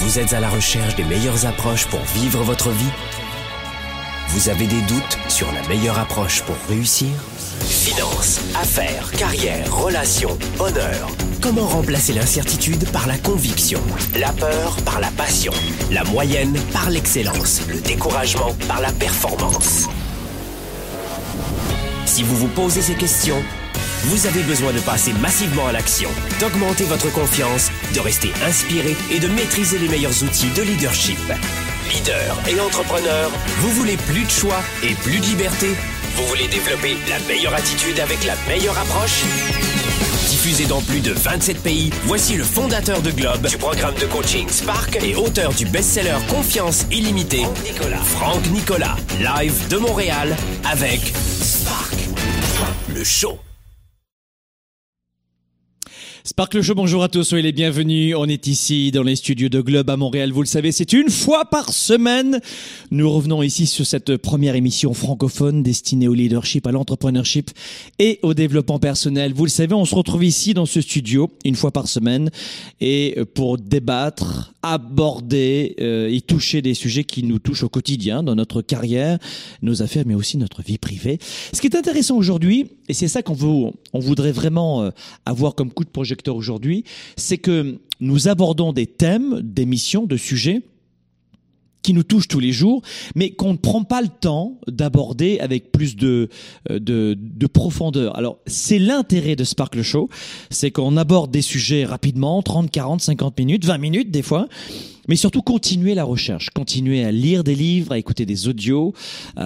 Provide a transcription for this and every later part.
Vous êtes à la recherche des meilleures approches pour vivre votre vie? Vous avez des doutes sur la meilleure approche pour réussir? Finances, affaires, carrière, relations, honneur. Comment remplacer l'incertitude par la conviction? La peur par la passion? La moyenne par l'excellence? Le découragement par la performance? Si vous vous posez ces questions, vous avez besoin de passer massivement à l'action, d'augmenter votre confiance, de rester inspiré et de maîtriser les meilleurs outils de leadership. Leader et entrepreneur, vous voulez plus de choix et plus de liberté? Vous voulez développer la meilleure attitude avec la meilleure approche? Diffusé dans plus de 27 pays, voici le fondateur de Globe, du programme de coaching Spark et auteur du best-seller Confiance illimitée, Franck Nicolas, live de Montréal avec Spark, le show. Spark le Show, bonjour à tous, soyez les bienvenus. On est ici dans les studios de Globe à Montréal. Vous le savez, c'est une fois par semaine. Nous revenons ici sur cette première émission francophone destinée au leadership, à l'entrepreneurship et au développement personnel. Vous le savez, on se retrouve ici dans ce studio une fois par semaine et pour débattre, aborder et toucher des sujets qui nous touchent au quotidien dans notre carrière, nos affaires, mais aussi notre vie privée. Ce qui est intéressant aujourd'hui, et c'est ça on voudrait vraiment avoir comme coup de projecteur aujourd'hui, c'est que nous abordons des thèmes, des missions, de sujets qui nous touchent tous les jours, mais qu'on ne prend pas le temps d'aborder avec plus de profondeur. Alors, c'est l'intérêt de Spark le Show, c'est qu'on aborde des sujets rapidement, 30, 40, 50 minutes, 20 minutes des fois, mais surtout continuer la recherche, continuer à lire des livres, à écouter des audios,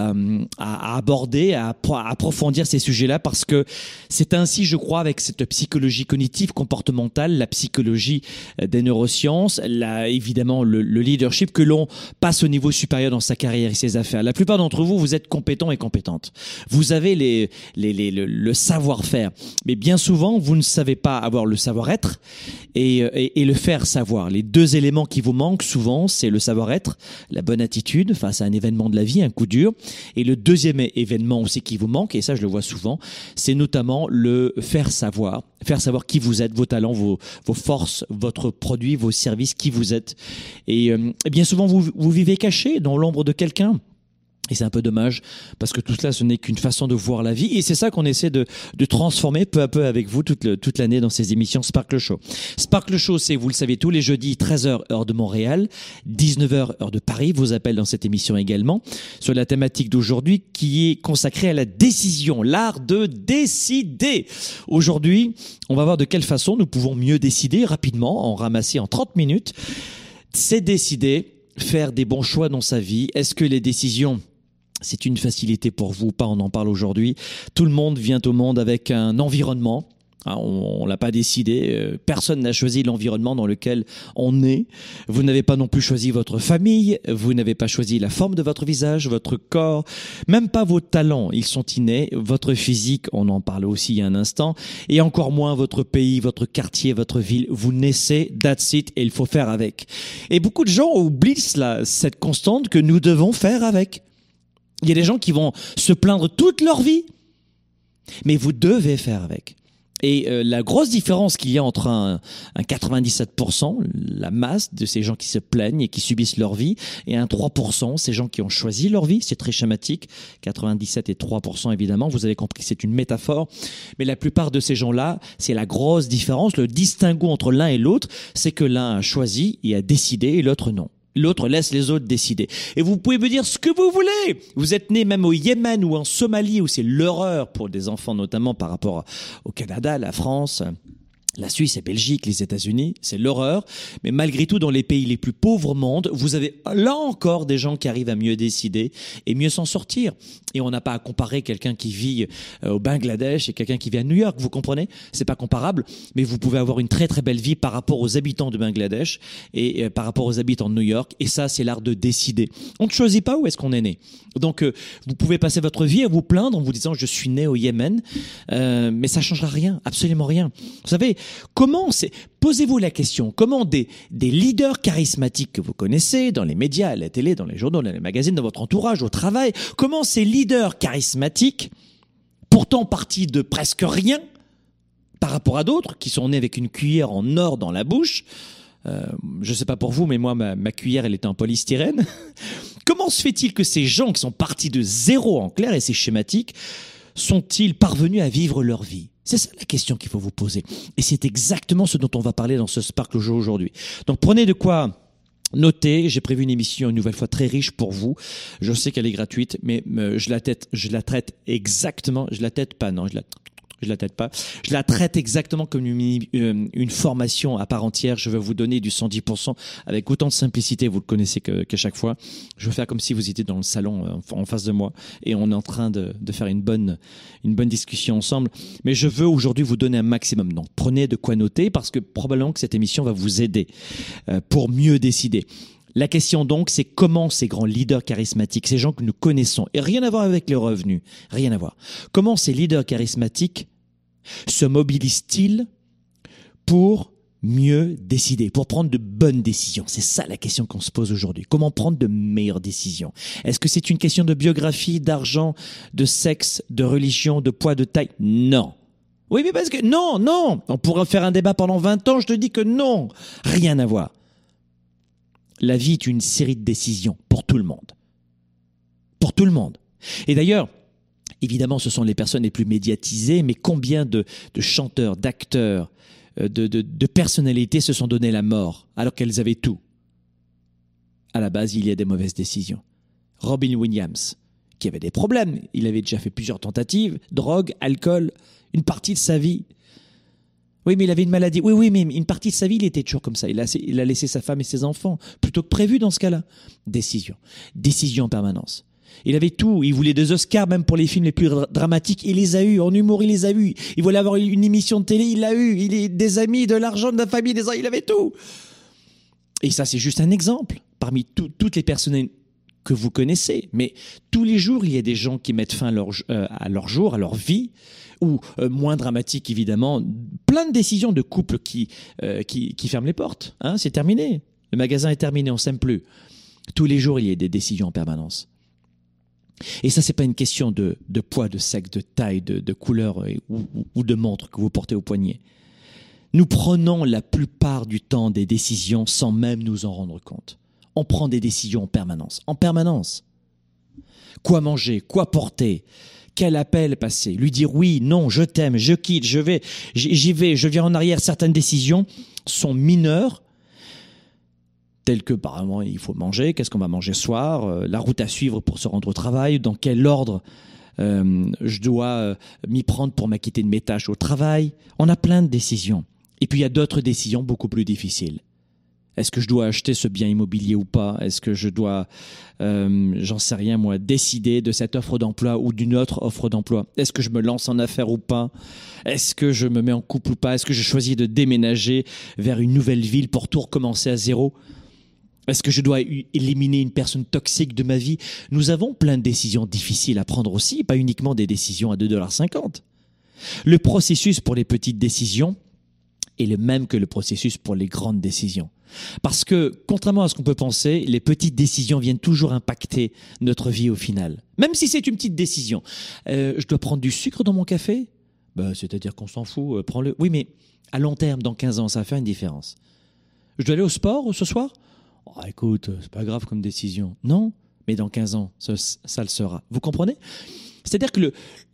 à aborder, à approfondir ces sujets-là, parce que c'est ainsi, je crois, avec cette psychologie cognitive comportementale, la psychologie des neurosciences, évidemment le leadership, que l'on passe au niveau supérieur dans sa carrière et ses affaires. La plupart d'entre vous, vous êtes compétents et compétentes. Vous avez le savoir-faire, mais bien souvent, vous ne savez pas avoir le savoir-être et le faire savoir. Les deux éléments qui vous manquent souvent, c'est le savoir-être, la bonne attitude face à un événement de la vie, un coup dur. Et le deuxième événement aussi qui vous manque, et ça je le vois souvent, c'est notamment le faire savoir qui vous êtes, vos talents, vos forces, votre produit, vos services, qui vous êtes. Et bien souvent vous vivez caché dans l'ombre de quelqu'un. Et c'est un peu dommage parce que tout cela, ce n'est qu'une façon de voir la vie. Et c'est ça qu'on essaie de transformer peu à peu avec vous toute l'année dans ces émissions Spark le Show. Spark le Show, c'est, vous le savez, tous les jeudis, 13h heure de Montréal, 19h heure de Paris. Vos appels dans cette émission également sur la thématique d'aujourd'hui qui est consacrée à la décision, l'art de décider. Aujourd'hui, on va voir de quelle façon nous pouvons mieux décider rapidement, en ramasser en 30 minutes. C'est décider, faire des bons choix dans sa vie. Est-ce que les décisions, c'est une facilité pour vous ou pas? On en parle aujourd'hui. Tout le monde vient au monde avec un environnement. On l'a pas décidé. Personne n'a choisi l'environnement dans lequel on est. Vous n'avez pas non plus choisi votre famille. Vous n'avez pas choisi la forme de votre visage, votre corps, même pas vos talents. Ils sont innés. Votre physique, on en parle aussi il y a un instant. Et encore moins votre pays, votre quartier, votre ville. Vous naissez, that's it, et il faut faire avec. Et beaucoup de gens oublient cette constante que nous devons faire avec. Il y a des gens qui vont se plaindre toute leur vie. Mais vous devez faire avec. Et la grosse différence qu'il y a entre un 97%, la masse de ces gens qui se plaignent et qui subissent leur vie, et un 3%, ces gens qui ont choisi leur vie, c'est très schématique, 97 et 3% évidemment, vous avez compris que c'est une métaphore, mais la plupart de ces gens-là, c'est la grosse différence, le distinguo entre l'un et l'autre, c'est que l'un a choisi et a décidé et l'autre non. L'autre laisse les autres décider. Et vous pouvez me dire ce que vous voulez. Vous êtes né même au Yémen ou en Somalie où c'est l'horreur pour des enfants notamment par rapport au Canada, la France, la Suisse, la Belgique, les États-Unis, c'est l'horreur. Mais malgré tout, dans les pays les plus pauvres au monde, vous avez là encore des gens qui arrivent à mieux décider et mieux s'en sortir. Et on n'a pas à comparer quelqu'un qui vit au Bangladesh et quelqu'un qui vit à New York, vous comprenez? C'est pas comparable, mais vous pouvez avoir une très très belle vie par rapport aux habitants de Bangladesh et par rapport aux habitants de New York. Et ça, c'est l'art de décider. On ne choisit pas où est-ce qu'on est né. Donc, vous pouvez passer votre vie à vous plaindre en vous disant « je suis né au Yémen », mais ça changera rien, absolument rien. Vous savez, posez-vous la question, comment des leaders charismatiques que vous connaissez dans les médias, à la télé, dans les journaux, dans les magazines, dans votre entourage, au travail, comment ces leaders charismatiques, pourtant partis de presque rien, par rapport à d'autres qui sont nés avec une cuillère en or dans la bouche, Je ne sais pas pour vous, mais moi, ma cuillère, elle était en polystyrène. Comment se fait-il que ces gens qui sont partis de zéro en clair, et c'est schématique, sont-ils parvenus à vivre leur vie? C'est ça la question qu'il faut vous poser. Et c'est exactement ce dont on va parler dans ce Sparkle Show aujourd'hui. Donc prenez de quoi noter. J'ai prévu une émission une nouvelle fois très riche pour vous. Je sais qu'elle est gratuite, mais je la traite exactement. Je la traite exactement comme une formation à part entière. Je vais vous donner du 110% avec autant de simplicité, vous le connaissez qu'à chaque fois. Je vais faire comme si vous étiez dans le salon en face de moi et on est en train de faire une bonne discussion ensemble. Mais je veux aujourd'hui vous donner un maximum. Donc prenez de quoi noter parce que probablement que cette émission va vous aider pour mieux décider. La question donc, c'est comment ces grands leaders charismatiques, ces gens que nous connaissons, et rien à voir avec les revenus, rien à voir, comment ces leaders charismatiques se mobilisent-ils pour mieux décider, pour prendre de bonnes décisions? C'est ça la question qu'on se pose aujourd'hui. Comment prendre de meilleures décisions? Est-ce que c'est une question de biographie, d'argent, de sexe, de religion, de poids, de taille? Non. Oui, mais parce que non, on pourrait faire un débat pendant 20 ans, je te dis que non, rien à voir. La vie est une série de décisions pour tout le monde. Pour tout le monde. Et d'ailleurs, évidemment, ce sont les personnes les plus médiatisées, mais combien de chanteurs, d'acteurs, de personnalités se sont donné la mort alors qu'elles avaient tout? À la base, il y a des mauvaises décisions. Robin Williams, qui avait des problèmes, il avait déjà fait plusieurs tentatives, drogue, alcool, une partie de sa vie. Oui, mais il avait une maladie. Oui, mais une partie de sa vie, il était toujours comme ça. Il a laissé sa femme et ses enfants, plutôt que prévu dans ce cas-là. Décision en permanence. Il avait tout. Il voulait des Oscars, même pour les films les plus dramatiques. Il les a eus. En humour, il les a eus. Il voulait avoir une émission de télé, il l'a eu. Il a des amis, de l'argent, de la famille, il avait tout. Et ça, c'est juste un exemple parmi toutes les personnes que vous connaissez. Mais tous les jours, il y a des gens qui mettent fin à leur jour, à leur vie, ou moins dramatique évidemment, plein de décisions de couples qui ferment les portes. Hein, c'est terminé. Le magasin est terminé, on s'aime plus. Tous les jours, il y a des décisions en permanence. Et ça, c'est pas une question de poids, de sexe, de taille, de couleur ou de montre que vous portez au poignet. Nous prenons la plupart du temps des décisions sans même nous en rendre compte. On prend des décisions en permanence. En permanence. Quoi manger, quoi porter, quel appel passer, lui dire oui, non, je t'aime, je quitte, j'y vais, je viens en arrière. Certaines décisions sont mineures, telles que, par exemple, il faut manger, qu'est-ce qu'on va manger ce soir, la route à suivre pour se rendre au travail, dans quel ordre je dois m'y prendre pour m'acquitter de mes tâches au travail. On a plein de décisions. Et puis il y a d'autres décisions beaucoup plus difficiles. Est-ce que je dois acheter ce bien immobilier ou pas? Est-ce que je dois, j'en sais rien moi, décider de cette offre d'emploi ou d'une autre offre d'emploi? Est-ce que je me lance en affaires ou pas? Est-ce que je me mets en couple ou pas? Est-ce que je choisis de déménager vers une nouvelle ville pour tout recommencer à zéro? Est-ce que je dois éliminer une personne toxique de ma vie? Nous avons plein de décisions difficiles à prendre aussi, pas uniquement des décisions à 2,50 $. Le processus pour les petites décisions est le même que le processus pour les grandes décisions. Parce que, contrairement à ce qu'on peut penser, les petites décisions viennent toujours impacter notre vie au final. Même si c'est une petite décision. Je dois prendre du sucre dans mon café? C'est-à-dire qu'on s'en fout, prends-le. Oui, mais à long terme, dans 15 ans, ça va faire une différence. Je dois aller au sport ce soir? Écoute, c'est pas grave comme décision. Non, mais dans 15 ans, ça le sera. Vous comprenez? C'est-à-dire que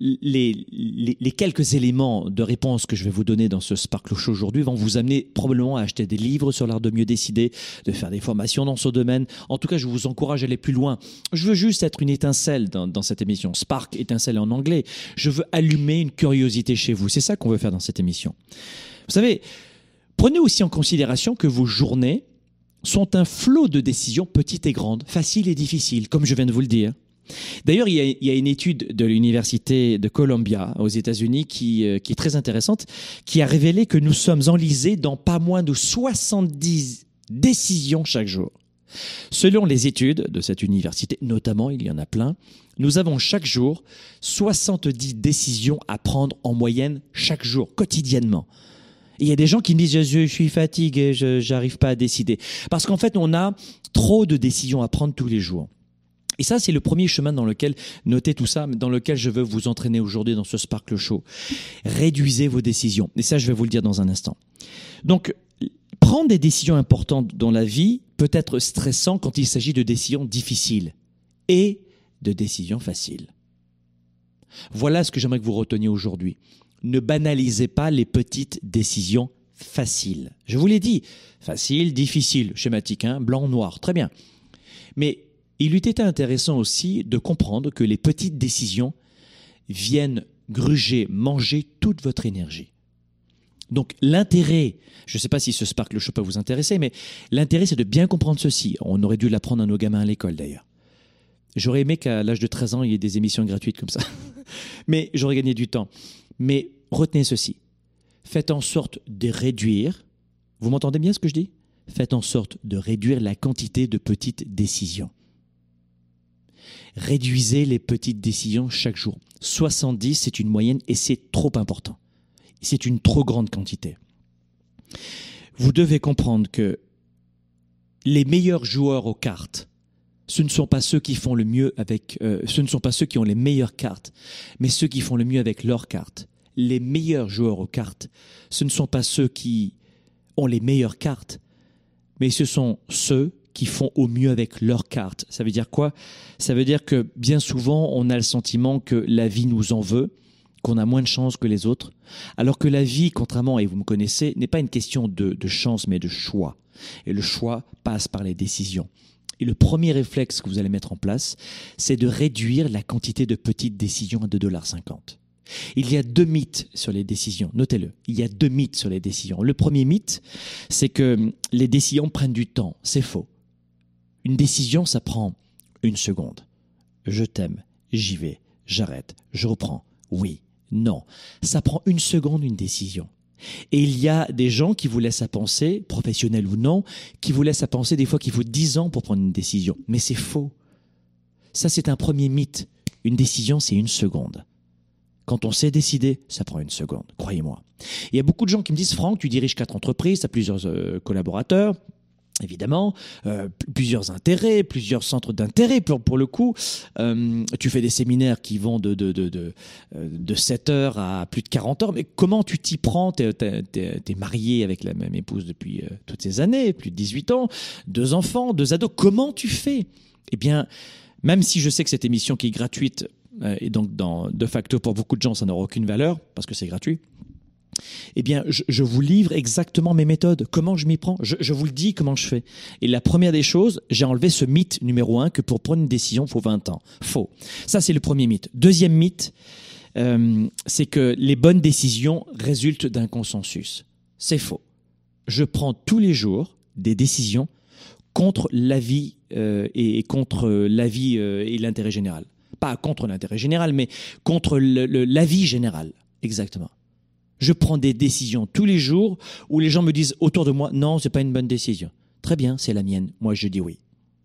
les quelques éléments de réponse que je vais vous donner dans ce Sparkle Show aujourd'hui vont vous amener probablement à acheter des livres sur l'art de mieux décider, de faire des formations dans ce domaine. En tout cas, je vous encourage à aller plus loin. Je veux juste être une étincelle dans cette émission. Spark, étincelle en anglais. Je veux allumer une curiosité chez vous. C'est ça qu'on veut faire dans cette émission. Vous savez, prenez aussi en considération que vos journées sont un flot de décisions petites et grandes, faciles et difficiles, comme je viens de vous le dire. D'ailleurs, il y a une étude de l'université de Columbia aux États-Unis qui est très intéressante, qui a révélé que nous sommes enlisés dans pas moins de 70 décisions chaque jour. Selon les études de cette université, notamment, il y en a plein, nous avons chaque jour 70 décisions à prendre en moyenne chaque jour, quotidiennement. Il y a des gens qui me disent je suis fatigué, j'arrive pas à décider. Parce qu'en fait, on a trop de décisions à prendre tous les jours. Et ça, c'est le premier chemin dans lequel, notez tout ça, dans lequel je veux vous entraîner aujourd'hui dans ce Sparkle Show. Réduisez vos décisions. Et ça, je vais vous le dire dans un instant. Donc, Prendre des décisions importantes dans la vie peut être stressant quand il s'agit de décisions difficiles et de décisions faciles. Voilà ce que j'aimerais que vous reteniez aujourd'hui. Ne banalisez pas les petites décisions faciles. Je vous l'ai dit, facile, difficile, schématique, hein, blanc, noir, très bien. Mais il eût été intéressant aussi de comprendre que les petites décisions viennent gruger, manger toute votre énergie. Donc l'intérêt, je ne sais pas si ce Sparkle Show peut vous intéresser, mais l'intérêt c'est de bien comprendre ceci. On aurait dû l'apprendre à nos gamins à l'école d'ailleurs. J'aurais aimé qu'à l'âge de 13 ans, il y ait des émissions gratuites comme ça. Mais j'aurais gagné du temps. Mais retenez ceci. Faites en sorte de réduire, vous m'entendez bien ce que je dis ? Faites en sorte de réduire la quantité de petites décisions. Réduisez les petites décisions chaque jour. 70, c'est une moyenne et c'est trop important. C'est une trop grande quantité. Vous devez comprendre que les meilleurs joueurs aux cartes, ce ne sont pas ceux qui font le mieux avec, ce ne sont pas ceux qui ont les meilleures cartes, mais ceux qui font le mieux avec leurs cartes. Les meilleurs joueurs aux cartes, ce ne sont pas ceux qui ont les meilleures cartes, mais ce sont ceux qui font au mieux avec leurs cartes. Ça veut dire quoi ? Ça veut dire que bien souvent, on a le sentiment que la vie nous en veut, qu'on a moins de chance que les autres, alors que la vie, contrairement, et vous me connaissez, n'est pas une question de chance, mais de choix. Et le choix passe par les décisions. Et le premier réflexe que vous allez mettre en place, c'est de réduire la quantité de petites décisions à 2,50 $. Il y a 2 mythes sur les décisions, notez-le, il y a 2 mythes sur les décisions. Le premier mythe, c'est que les décisions prennent du temps, c'est faux. Une décision, ça prend 1 seconde. Je t'aime, j'y vais, j'arrête, je reprends, oui, non. Ça prend 1 seconde, une décision. Et il y a des gens qui vous laissent à penser, professionnels ou non, qui vous laissent à penser des fois qu'il faut 10 ans pour prendre une décision. Mais c'est faux. Ça, c'est un premier mythe. Une décision, c'est 1 seconde. Quand on sait décider, ça prend 1 seconde, croyez-moi. Il y a beaucoup de gens qui me disent « Franck, tu diriges 4 entreprises, tu as plusieurs collaborateurs. » Évidemment, plusieurs intérêts, plusieurs centres d'intérêt pour le coup. Tu fais des séminaires qui vont de 7 heures à plus de 40 heures. Mais comment tu t'y prends ? T'es marié avec la même épouse depuis toutes ces années, plus de 18 ans, 2 enfants, 2 ados. Comment tu fais ? Eh bien, même si je sais que cette émission qui est gratuite, et donc de facto pour beaucoup de gens, ça n'aura aucune valeur parce que c'est gratuit. Eh bien, je vous livre exactement mes méthodes, comment je m'y prends. Je vous le dis comment je fais. Et la première des choses, j'ai enlevé ce mythe numéro 1 que pour prendre une décision, il faut 20 ans. Faux. Ça, c'est le premier mythe. Deuxième mythe, c'est que les bonnes décisions résultent d'un consensus. C'est faux. Je prends tous les jours des décisions contre l'avis et contre l'avis et l'intérêt général. Pas contre l'intérêt général, mais contre l'avis général. Exactement. Je prends des décisions tous les jours où les gens me disent autour de moi, non, c'est pas une bonne décision. Très bien, c'est la mienne. Moi, je dis oui.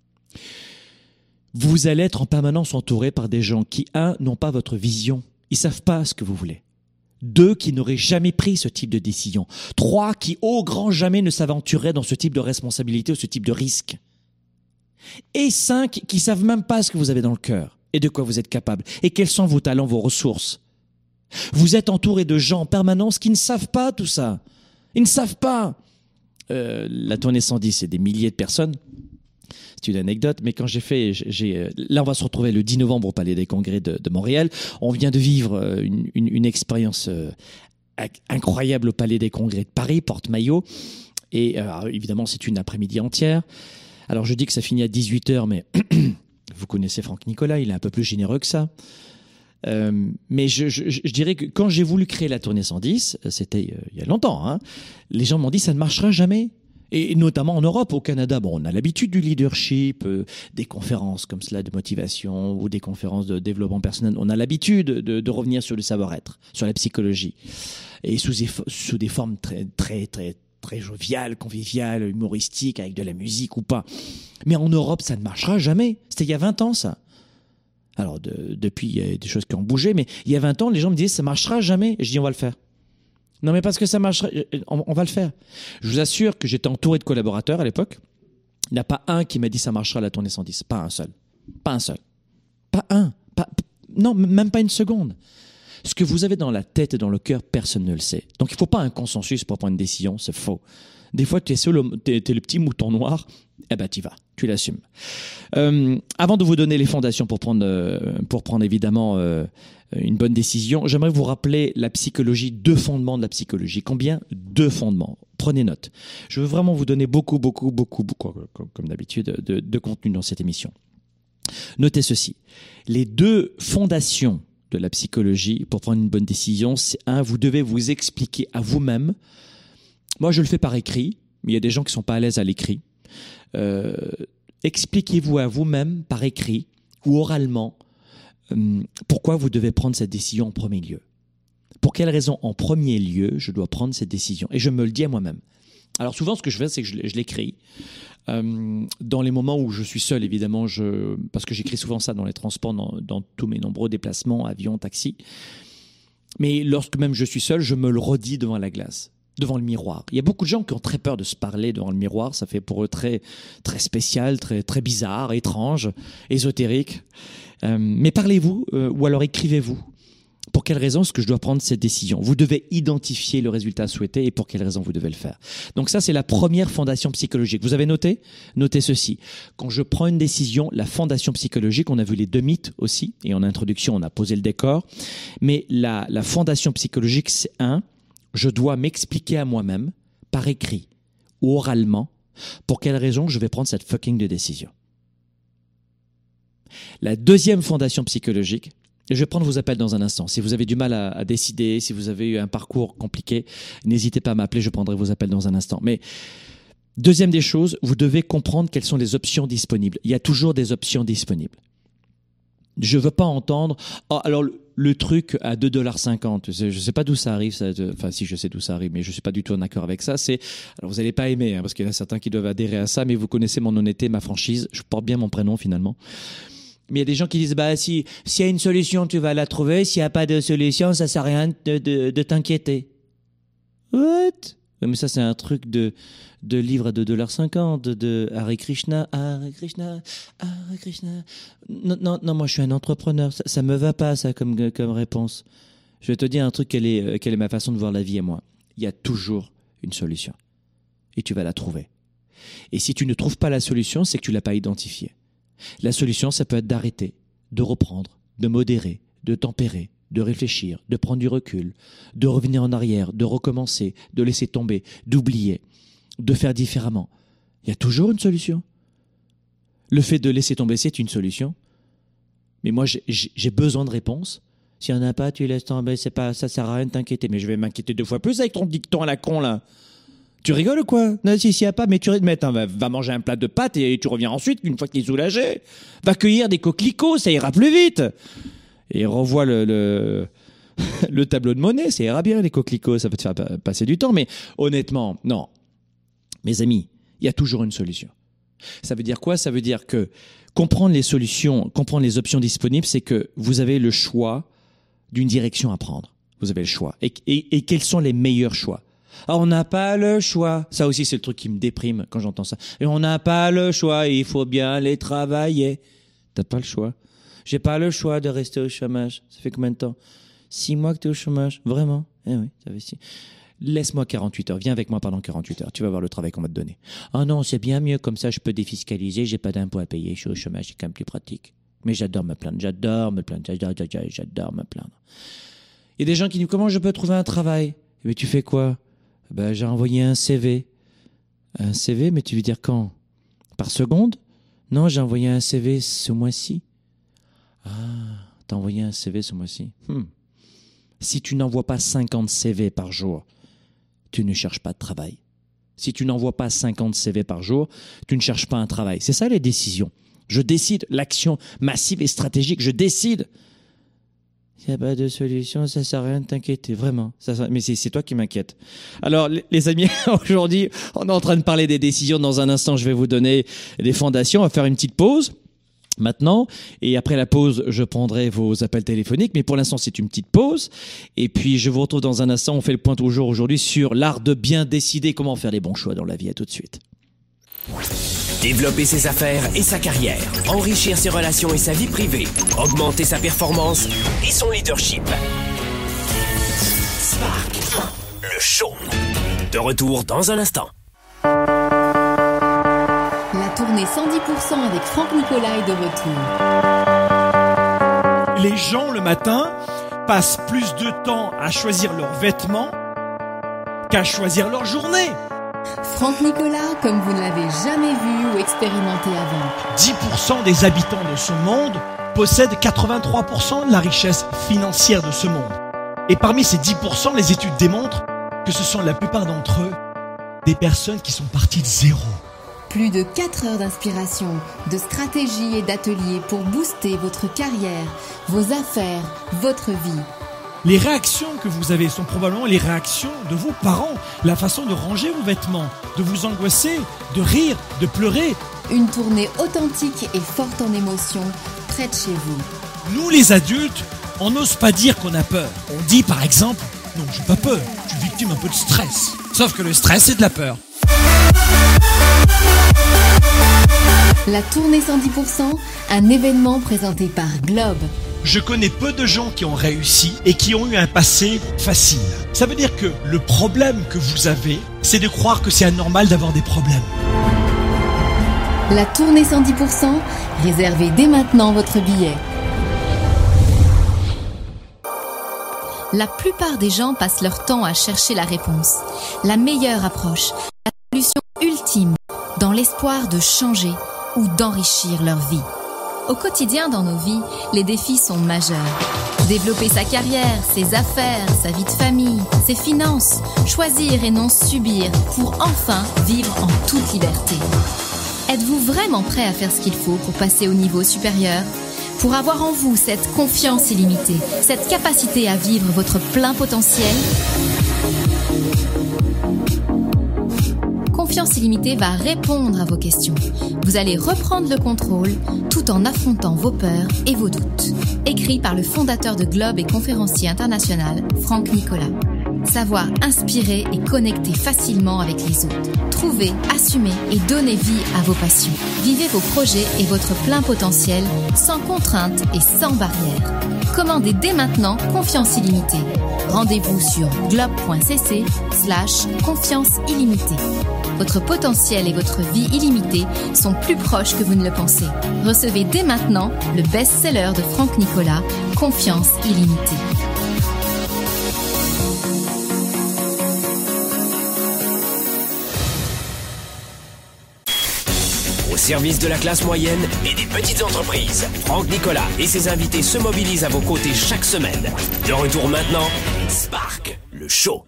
Vous allez être en permanence entouré par des gens qui, 1, n'ont pas votre vision. Ils savent pas ce que vous voulez. 2, qui n'auraient jamais pris ce type de décision. 3, qui, au grand jamais, ne s'aventuraient dans ce type de responsabilité ou ce type de risque. Et 5, qui savent même pas ce que vous avez dans le cœur et de quoi vous êtes capable et quels sont vos talents, vos ressources. Vous êtes entouré de gens en permanence qui ne savent pas tout ça. Ils ne savent pas. La tournée 110, c'est des milliers de personnes. C'est une anecdote, mais quand là, on va se retrouver le 10 novembre au Palais des Congrès de Montréal. On vient de vivre une expérience incroyable au Palais des Congrès de Paris, Porte-Maillot. Et évidemment, c'est une après-midi entière. Alors, je dis que ça finit à 18h, mais vous connaissez Franck Nicolas, il est un peu plus généreux que ça. Mais je dirais que quand j'ai voulu créer la tournée 110, c'était il y a longtemps, hein, les gens m'ont dit ça ne marchera jamais. Et notamment en Europe, au Canada, bon, on a l'habitude du leadership, des conférences comme cela de motivation ou des conférences de développement personnel. On a l'habitude de revenir sur le savoir-être, sur la psychologie, et sous des formes très joviales, conviviales, humoristiques, avec de la musique ou pas. Mais en Europe, ça ne marchera jamais. C'était il y a 20 ans, ça. Alors, depuis, il y a des choses qui ont bougé, mais il y a 20 ans, les gens me disaient, ça marchera jamais. Et je dis, on va le faire. Non, mais parce que ça marchera, on va le faire. Je vous assure que j'étais entouré de collaborateurs à l'époque. Il n'y a pas un qui m'a dit, ça marchera la tournée 110. Pas un seul. Pas un seul. Pas un. Non, même pas 1 seconde. Ce que vous avez dans la tête et dans le cœur, personne ne le sait. Donc, il ne faut pas un consensus pour prendre une décision, c'est faux. Des fois, t'es le petit mouton noir. Eh ben, t'y vas, tu l'assumes. Avant de vous donner les fondations pour prendre évidemment une bonne décision, j'aimerais vous rappeler la psychologie, 2 fondements de la psychologie. Combien? 2 fondements. Prenez note. Je veux vraiment vous donner beaucoup, comme d'habitude, de contenu dans cette émission. Notez ceci. Les 2 fondations de la psychologie pour prendre une bonne décision, c'est 1, vous devez vous expliquer à vous-même. Moi, je le fais par écrit, mais il y a des gens qui sont pas à l'aise à l'écrit. Expliquez-vous à vous-même par écrit ou oralement pourquoi vous devez prendre cette décision en premier lieu. Pour quelle raison en premier lieu je dois prendre cette décision? Et je me le dis à moi-même. Alors souvent ce que je fais c'est que je l'écris dans les moments où je suis seul évidemment, parce que j'écris souvent ça dans les transports, dans tous mes nombreux déplacements, avions, taxis. Mais lorsque même je suis seul, je me le redis devant la glace. Devant le miroir. Il y a beaucoup de gens qui ont très peur de se parler devant le miroir. Ça fait pour eux très, très spécial, très, très bizarre, étrange, ésotérique. Mais parlez-vous ou alors écrivez-vous. Pour quelle raison est-ce que je dois prendre cette décision? Vous devez identifier le résultat souhaité et pour quelle raison vous devez le faire. Donc ça, c'est la première fondation psychologique. Vous avez noté? Notez ceci. Quand je prends une décision, la fondation psychologique, on a vu les 2 mythes aussi. Et en introduction, on a posé le décor. Mais la fondation psychologique, c'est 1. Je dois m'expliquer à moi-même, par écrit ou oralement, pour quelle raison je vais prendre cette fucking de décision. La deuxième fondation psychologique, et je vais prendre vos appels dans un instant. Si vous avez du mal à décider, si vous avez eu un parcours compliqué, n'hésitez pas à m'appeler, je prendrai vos appels dans un instant. Mais deuxième des choses, vous devez comprendre quelles sont les options disponibles. Il y a toujours des options disponibles. Je veux pas entendre alors le truc à 2,50 $. Je sais pas d'où ça arrive, enfin si je sais d'où ça arrive, mais je suis pas du tout en accord avec ça. Alors vous allez pas aimer parce qu'il y en a certains qui doivent adhérer à ça, mais vous connaissez mon honnêteté, ma franchise. Je porte bien mon prénom finalement. Mais il y a des gens qui disent s'il y a une solution, tu vas la trouver. S'il y a pas de solution, ça sert à rien de t'inquiéter. What? Mais ça c'est un truc de livre à 2,50 $, de Hare Krishna, Hare Krishna, Hare Krishna. Non, moi je suis un entrepreneur, ça me va pas ça comme réponse. Je vais te dire un truc, quelle est ma façon de voir la vie à moi. Il y a toujours une solution. Et tu vas la trouver. Et si tu ne trouves pas la solution, c'est que tu l'as pas identifiée. La solution, ça peut être d'arrêter, de reprendre, de modérer, de tempérer, de réfléchir, de prendre du recul, de revenir en arrière, de recommencer, de laisser tomber, d'oublier, de faire différemment. Il y a toujours une solution. Le fait de laisser tomber, c'est une solution. Mais moi, j'ai besoin de réponses. S'il n'y en a pas, tu laisses tomber, ça sert à rien de t'inquiéter. Mais je vais m'inquiéter 2 fois plus avec ton dicton à la con, là. Tu rigoles ou quoi? Non, s'il n'y a pas, mais va manger un plat de pâtes et tu reviens ensuite, une fois que tu es soulagé. Va cueillir des coquelicots, ça ira plus vite. Et revois le tableau de monnaie, ça ira bien les coquelicots, ça peut te faire passer du temps. Mais honnêtement, non. Mes amis, il y a toujours une solution. Ça veut dire quoi? Ça veut dire que comprendre les solutions, comprendre les options disponibles, c'est que vous avez le choix d'une direction à prendre. Vous avez le choix. Et quels sont les meilleurs choix? On n'a pas le choix. Ça aussi, c'est le truc qui me déprime quand j'entends ça. Et on n'a pas le choix, il faut bien aller travailler. T'as pas le choix. J'ai pas le choix de rester au chômage. Ça fait combien de temps? 6 mois que t'es au chômage. Vraiment? Eh oui, ça fait 6. Laisse-moi 48 heures. Viens avec moi pendant 48 heures. Tu vas voir le travail qu'on va te donner. Ah non, c'est bien mieux. Comme ça, je peux défiscaliser. J'ai pas d'impôts à payer. Je suis au chômage. C'est quand même plus pratique. Mais j'adore me plaindre. J'adore me plaindre. Il y a des gens qui disent, comment je peux trouver un travail? Mais tu fais quoi? J'ai envoyé un CV. Un CV, mais tu veux dire quand? Par seconde? Non, j'ai envoyé un CV ce mois-ci. Ah, t'as envoyé un CV ce mois-ci. Si tu n'envoies pas 50 CV par jour, tu ne cherches pas de travail. Si tu n'envoies pas 50 CV par jour, tu ne cherches pas un travail. C'est ça les décisions. Je décide, l'action massive et stratégique, je décide. Il n'y a pas de solution, ça ne sert à rien de t'inquiéter, vraiment. Mais c'est toi qui m'inquiète. Alors, les amis, aujourd'hui, on est en train de parler des décisions. Dans un instant, je vais vous donner des fondations. On va faire une petite pause maintenant. Et après la pause, je prendrai vos appels téléphoniques. Mais pour l'instant, c'est une petite pause. Et puis, je vous retrouve dans un instant. On fait le point au jour aujourd'hui sur l'art de bien décider comment faire les bons choix dans la vie. À tout de suite. Développer ses affaires et sa carrière, enrichir ses relations et sa vie privée, augmenter sa performance et son leadership. Spark, le show. De retour dans un instant. La tournée 110% avec Franck Nicolas est de retour. Les gens, le matin, passent plus de temps à choisir leurs vêtements qu'à choisir leur journée. Franck Nicolas, comme vous ne l'avez jamais vu ou expérimenté avant. 10% des habitants de ce monde possèdent 83% de la richesse financière de ce monde. Et parmi ces 10%, les études démontrent que ce sont la plupart d'entre eux des personnes qui sont parties de zéro. Plus de 4 heures d'inspiration, de stratégie et d'ateliers pour booster votre carrière, vos affaires, votre vie. Les réactions que vous avez sont probablement les réactions de vos parents, la façon de ranger vos vêtements, de vous angoisser, de rire, de pleurer. Une tournée authentique et forte en émotions, près de chez vous. Nous les adultes, on n'ose pas dire qu'on a peur. On dit par exemple, non, j'ai pas peur, je suis victime un peu de stress. Sauf que le stress, c'est de la peur. La tournée 110%, un événement présenté par Globe. Je connais peu de gens qui ont réussi et qui ont eu un passé facile. Ça veut dire que le problème que vous avez, c'est de croire que c'est anormal d'avoir des problèmes. La tournée 110%, réservez dès maintenant votre billet. La plupart des gens passent leur temps à chercher la réponse, la meilleure approche, la solution ultime, dans l'espoir de changer ou d'enrichir leur vie. Au quotidien dans nos vies, les défis sont majeurs. Développer sa carrière, ses affaires, sa vie de famille, ses finances, choisir et non subir pour enfin vivre en toute liberté. Êtes-vous vraiment prêt à faire ce qu'il faut pour passer au niveau supérieur ? Pour avoir en vous cette confiance illimitée, cette capacité à vivre votre plein potentiel ? Confiance illimitée va répondre à vos questions. Vous allez reprendre le contrôle tout en affrontant vos peurs et vos doutes. Écrit par le fondateur de Globe et conférencier international, Franck Nicolas. Savoir inspirer et connecter facilement avec les autres. Trouvez, assumez et donnez vie à vos passions. Vivez vos projets et votre plein potentiel sans contraintes et sans barrières. Commandez dès maintenant Confiance illimitée. Rendez-vous sur globe.cc/confiance illimitée. Votre potentiel et votre vie illimitée sont plus proches que vous ne le pensez. Recevez dès maintenant le best-seller de Franck Nicolas, Confiance illimitée. Au service de la classe moyenne et des petites entreprises, Franck Nicolas et ses invités se mobilisent à vos côtés chaque semaine. De retour maintenant, Spark, le show.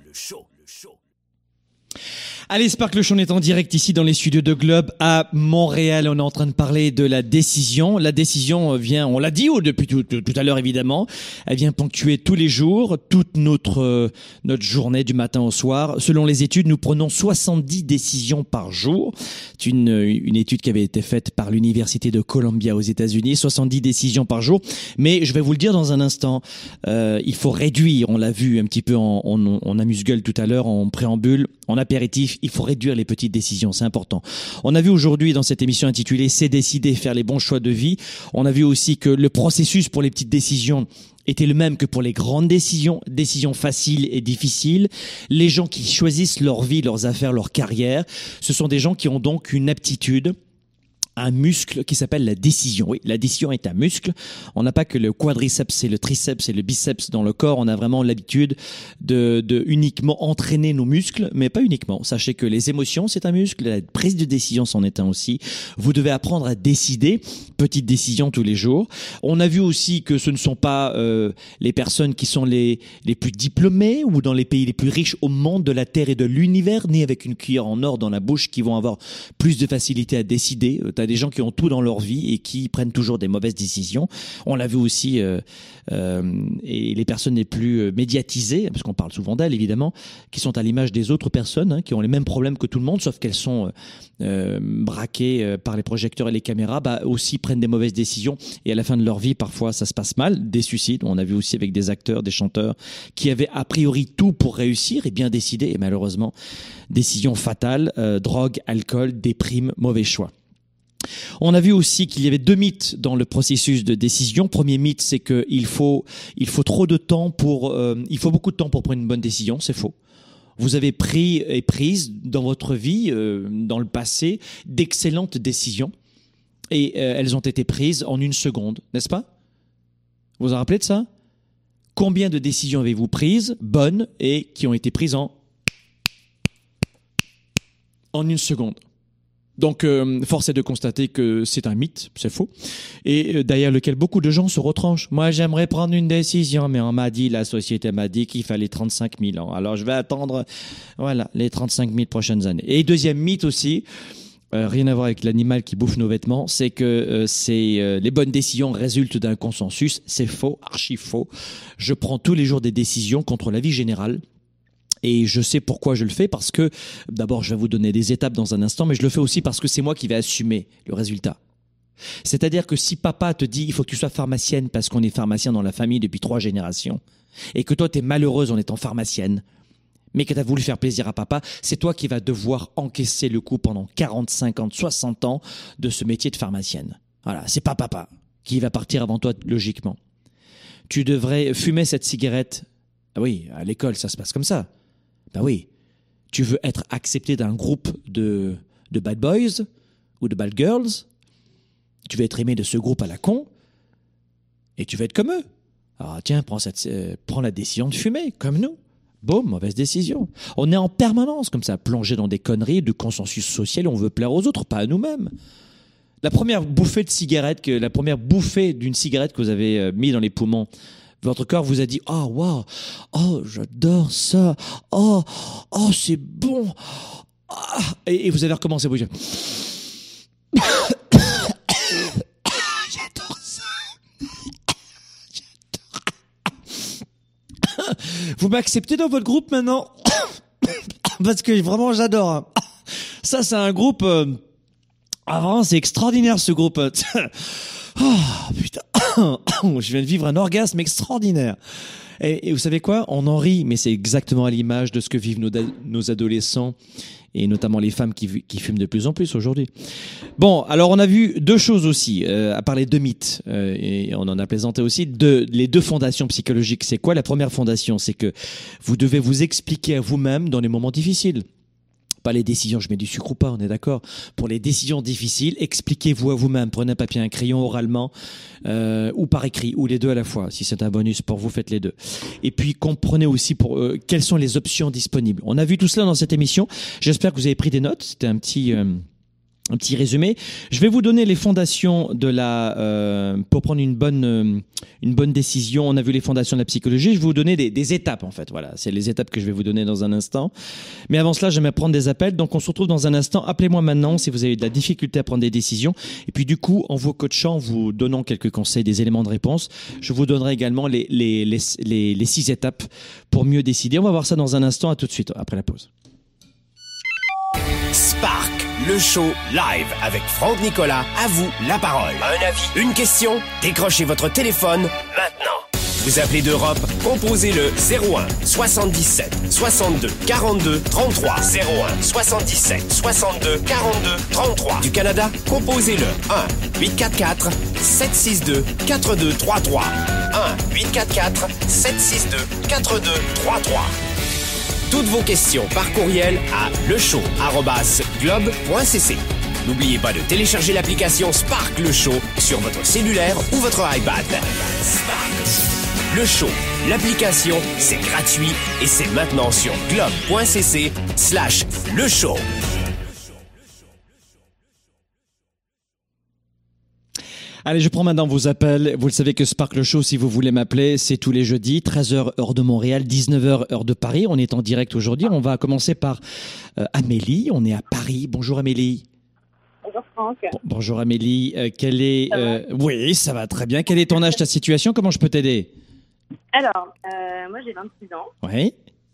Allez, Spark, le show est en direct ici dans les studios de Globe à Montréal. On est en train de parler de la décision. La décision vient, on l'a dit depuis tout à l'heure évidemment, elle vient ponctuer tous les jours, toute notre journée du matin au soir. Selon les études, nous prenons 70 décisions par jour. C'est une étude qui avait été faite par l'Université de Columbia aux États-Unis. 70 décisions par jour. Mais je vais vous le dire dans un instant, il faut réduire, on l'a vu un petit peu en amuse-gueule tout à l'heure, en préambule, en apéritif, il faut réduire les petites décisions, c'est important. On a vu aujourd'hui dans cette émission intitulée « C'est décider, faire les bons choix de vie », on a vu aussi que le processus pour les petites décisions était le même que pour les grandes décisions faciles et difficiles. Les gens qui choisissent leur vie, leurs affaires, leur carrière, ce sont des gens qui ont donc une aptitude, un muscle qui s'appelle la décision. Oui, la décision est un muscle. On n'a pas que le quadriceps et le triceps et le biceps dans le corps. On a vraiment l'habitude de uniquement entraîner nos muscles, mais pas uniquement. Sachez que les émotions, c'est un muscle. La prise de décision, c'en est un aussi. Vous devez apprendre à décider. Petites décisions tous les jours. On a vu aussi que ce ne sont pas les personnes qui sont les plus diplômées ou dans les pays les plus riches au monde de la Terre et de l'univers, ni avec une cuillère en or dans la bouche, qui vont avoir plus de facilité à décider. T'as des gens qui ont tout dans leur vie et qui prennent toujours des mauvaises décisions. On l'a vu aussi, et les personnes les plus médiatisées, parce qu'on parle souvent d'elles évidemment, qui sont à l'image des autres personnes, qui ont les mêmes problèmes que tout le monde, sauf qu'elles sont braquées par les projecteurs et les caméras, aussi prennent des mauvaises décisions et à la fin de leur vie, parfois ça se passe mal, des suicides. On a vu aussi avec des acteurs, des chanteurs qui avaient a priori tout pour réussir et bien décider, et malheureusement, décisions fatales, drogue, alcool, déprime, mauvais choix. On a vu aussi qu'il y avait deux mythes dans le processus de décision. Premier mythe, c'est qu'il faut trop de temps il faut beaucoup de temps pour prendre une bonne décision. C'est faux. vous avez pris et prise dans votre vie, dans le passé, d'excellentes décisions. Et elles ont été prises en 1 seconde, n'est-ce pas? Vous vous en rappelez de ça? Combien de décisions avez-vous prises, bonnes, et qui ont été prises en 1 seconde? Donc, force est de constater que c'est un mythe, c'est faux, et derrière lequel beaucoup de gens se retranchent. Moi, j'aimerais prendre une décision, mais on m'a dit, la société m'a dit qu'il fallait 35 000 ans. Alors, je vais attendre, voilà, les 35 000 prochaines années. Et deuxième mythe aussi, rien à voir avec l'animal qui bouffe nos vêtements, c'est que les bonnes décisions résultent d'un consensus. C'est faux, archi faux. Je prends tous les jours des décisions contre l'avis général. Et je sais pourquoi je le fais, parce que, d'abord, je vais vous donner des étapes dans un instant, mais je le fais aussi parce que c'est moi qui vais assumer le résultat. C'est-à-dire que si papa te dit, il faut que tu sois pharmacienne parce qu'on est pharmacien dans la famille depuis 3 générations, et que toi, tu es malheureuse en étant pharmacienne, mais que tu as voulu faire plaisir à papa, c'est toi qui vas devoir encaisser le coup pendant 40, 50, 60 ans de ce métier de pharmacienne. Voilà, c'est pas papa qui va partir avant toi, logiquement. Tu devrais fumer cette cigarette. Ah oui, à l'école, ça se passe comme ça. Ben oui, tu veux être accepté d'un groupe de bad boys ou de bad girls, tu veux être aimé de ce groupe à la con, et tu veux être comme eux. Alors tiens, prends la décision de fumer, comme nous. Boum, mauvaise décision. On est en permanence comme ça, plongé dans des conneries de consensus social, on veut plaire aux autres, pas à nous-mêmes. La première bouffée d'une cigarette que vous avez mis dans les poumons, votre corps vous a dit « Oh, waouh, oh, j'adore ça, oh, c'est bon. Ah. » Et vous avez recommencé à bouger. « J'adore ça. J'adore. » Vous m'acceptez dans votre groupe maintenant? Parce que vraiment, j'adore. Ça, c'est un groupe... vraiment, c'est extraordinaire, ce groupe. Oh, putain. Je viens de vivre un orgasme extraordinaire. Et vous savez quoi? On en rit, mais c'est exactement à l'image de ce que vivent nos adolescents, et notamment les femmes qui fument de plus en plus aujourd'hui. Bon, alors on a vu 2 choses aussi, à part les 2 mythes, et on en a plaisanté aussi, les 2 fondations psychologiques. C'est quoi? La première fondation, c'est que vous devez vous expliquer à vous-même dans les moments difficiles. Pas les décisions, je mets du sucre ou pas, on est d'accord. Pour les décisions difficiles, expliquez-vous à vous-même. Prenez un papier, un crayon oralement, ou par écrit, ou les 2 à la fois. Si c'est un bonus pour vous, faites les 2. Et puis comprenez aussi quelles sont les options disponibles. On a vu tout cela dans cette émission. J'espère que vous avez pris des notes. C'était un petit résumé. Je vais vous donner les fondations pour prendre une bonne décision. On a vu les fondations de la psychologie. Je vais vous donner des étapes, en fait. Voilà, c'est les étapes que je vais vous donner dans un instant. Mais avant cela, j'aimerais prendre des appels. Donc, on se retrouve dans un instant. Appelez-moi maintenant si vous avez de la difficulté à prendre des décisions. Et puis, du coup, en vous coachant, en vous donnant quelques conseils, des éléments de réponse, je vous donnerai également les 6 étapes pour mieux décider. On va voir ça dans un instant. À tout de suite, après la pause. Spark, le show live avec Franck Nicolas. À vous la parole. Un avis, une question? Décrochez votre téléphone maintenant. Vous appelez d'Europe, composez le 01 77 62 42 33. 01 77 62 42 33. Du Canada, composez le 1 844 762 4233. 1 844 762 4233. Toutes vos questions par courriel à lechaud@globe.cc. N'oubliez pas de télécharger l'application Spark Le Show sur votre cellulaire ou votre iPad. Spark Le Show, l'application, c'est gratuit et c'est maintenant sur globe.cc/le show. Allez, je prends maintenant vos appels. Vous le savez que Spark le Show, si vous voulez m'appeler, c'est tous les jeudis, 13h heure de Montréal, 19h heure de Paris. On est en direct aujourd'hui. On va commencer par Amélie. On est à Paris. Bonjour Amélie. Bonjour Franck. Bonjour Amélie. Oui, ça va très bien. Quel est ton âge, ta situation? Comment je peux t'aider? Alors, moi j'ai 26 ans. Oui.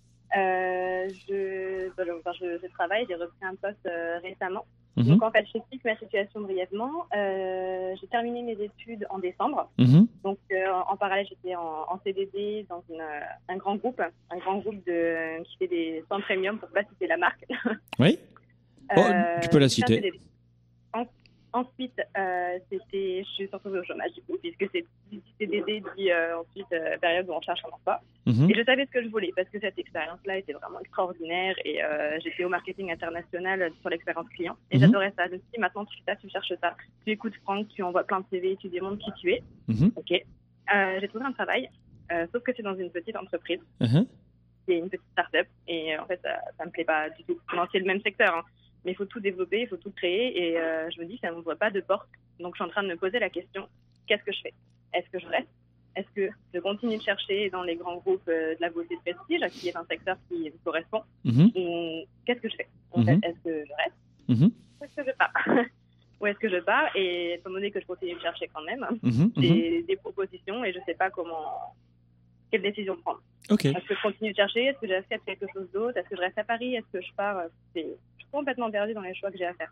Je travaille, j'ai repris un poste récemment. Mm-hmm. Donc en fait, je t'explique ma situation brièvement. J'ai terminé mes études en décembre. Mm-hmm. Donc en parallèle, j'étais en CDD dans un grand groupe qui fait des soins premium, pour ne pas citer la marque. Oui. Tu peux la citer. Ensuite, je suis retrouvée au chômage du coup, puisque c'est CDD dit ensuite période où on cherche un emploi. Et je savais ce que je voulais parce que cette expérience-là était vraiment extraordinaire et j'étais au marketing international sur l'expérience client et j'adorais ça. Je me suis dit, maintenant tu fais ça, tu cherches ça, tu écoutes Franck, tu envoies plein de CV, tu démontres qui tu es. Ok. J'ai trouvé un travail, sauf que c'est dans une petite entreprise. C'est une petite start-up et en fait ça me plaît pas du tout. Non, c'est le même secteur, hein. Mais il faut tout développer, il faut tout créer et je me dis ça ne m'ouvre pas de porte. Donc je suis en train de me poser la question, qu'est-ce que je fais? Est-ce que je reste? Est-ce que je continue de chercher dans les grands groupes de la beauté de prestige, qui est un secteur qui me correspond? Qu'est-ce que je fais? En fait, est-ce que je reste? Ou est-ce que je pars? Où est-ce que je pars? Et étant donné que je continue de chercher quand même, j'ai des propositions et je ne sais pas quelle décision prendre. Est-ce que je continue de chercher? Est-ce que j'accepte quelque chose d'autre? Est-ce que je reste à Paris? Est-ce que je pars? Je suis complètement perdue dans les choix que j'ai à faire.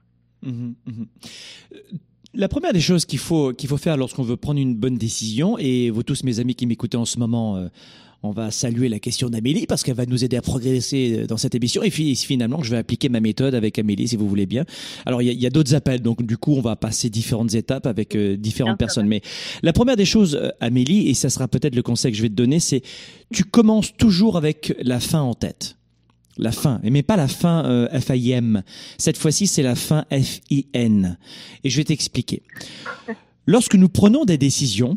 La première des choses qu'il faut faire lorsqu'on veut prendre une bonne décision, et vous tous mes amis qui m'écoutez en ce moment, on va saluer la question d'Amélie parce qu'elle va nous aider à progresser dans cette émission. Et puis finalement, je vais appliquer ma méthode avec Amélie, si vous voulez bien. Alors, il y a d'autres appels, donc du coup, on va passer différentes étapes avec différentes personnes. Mais la première des choses, Amélie, et ça sera peut-être le conseil que je vais te donner, c'est tu commences toujours avec la fin en tête. La fin, mais pas la fin F-I-M. Cette fois-ci, c'est la fin F-I-N. Et je vais t'expliquer. Lorsque nous prenons des décisions,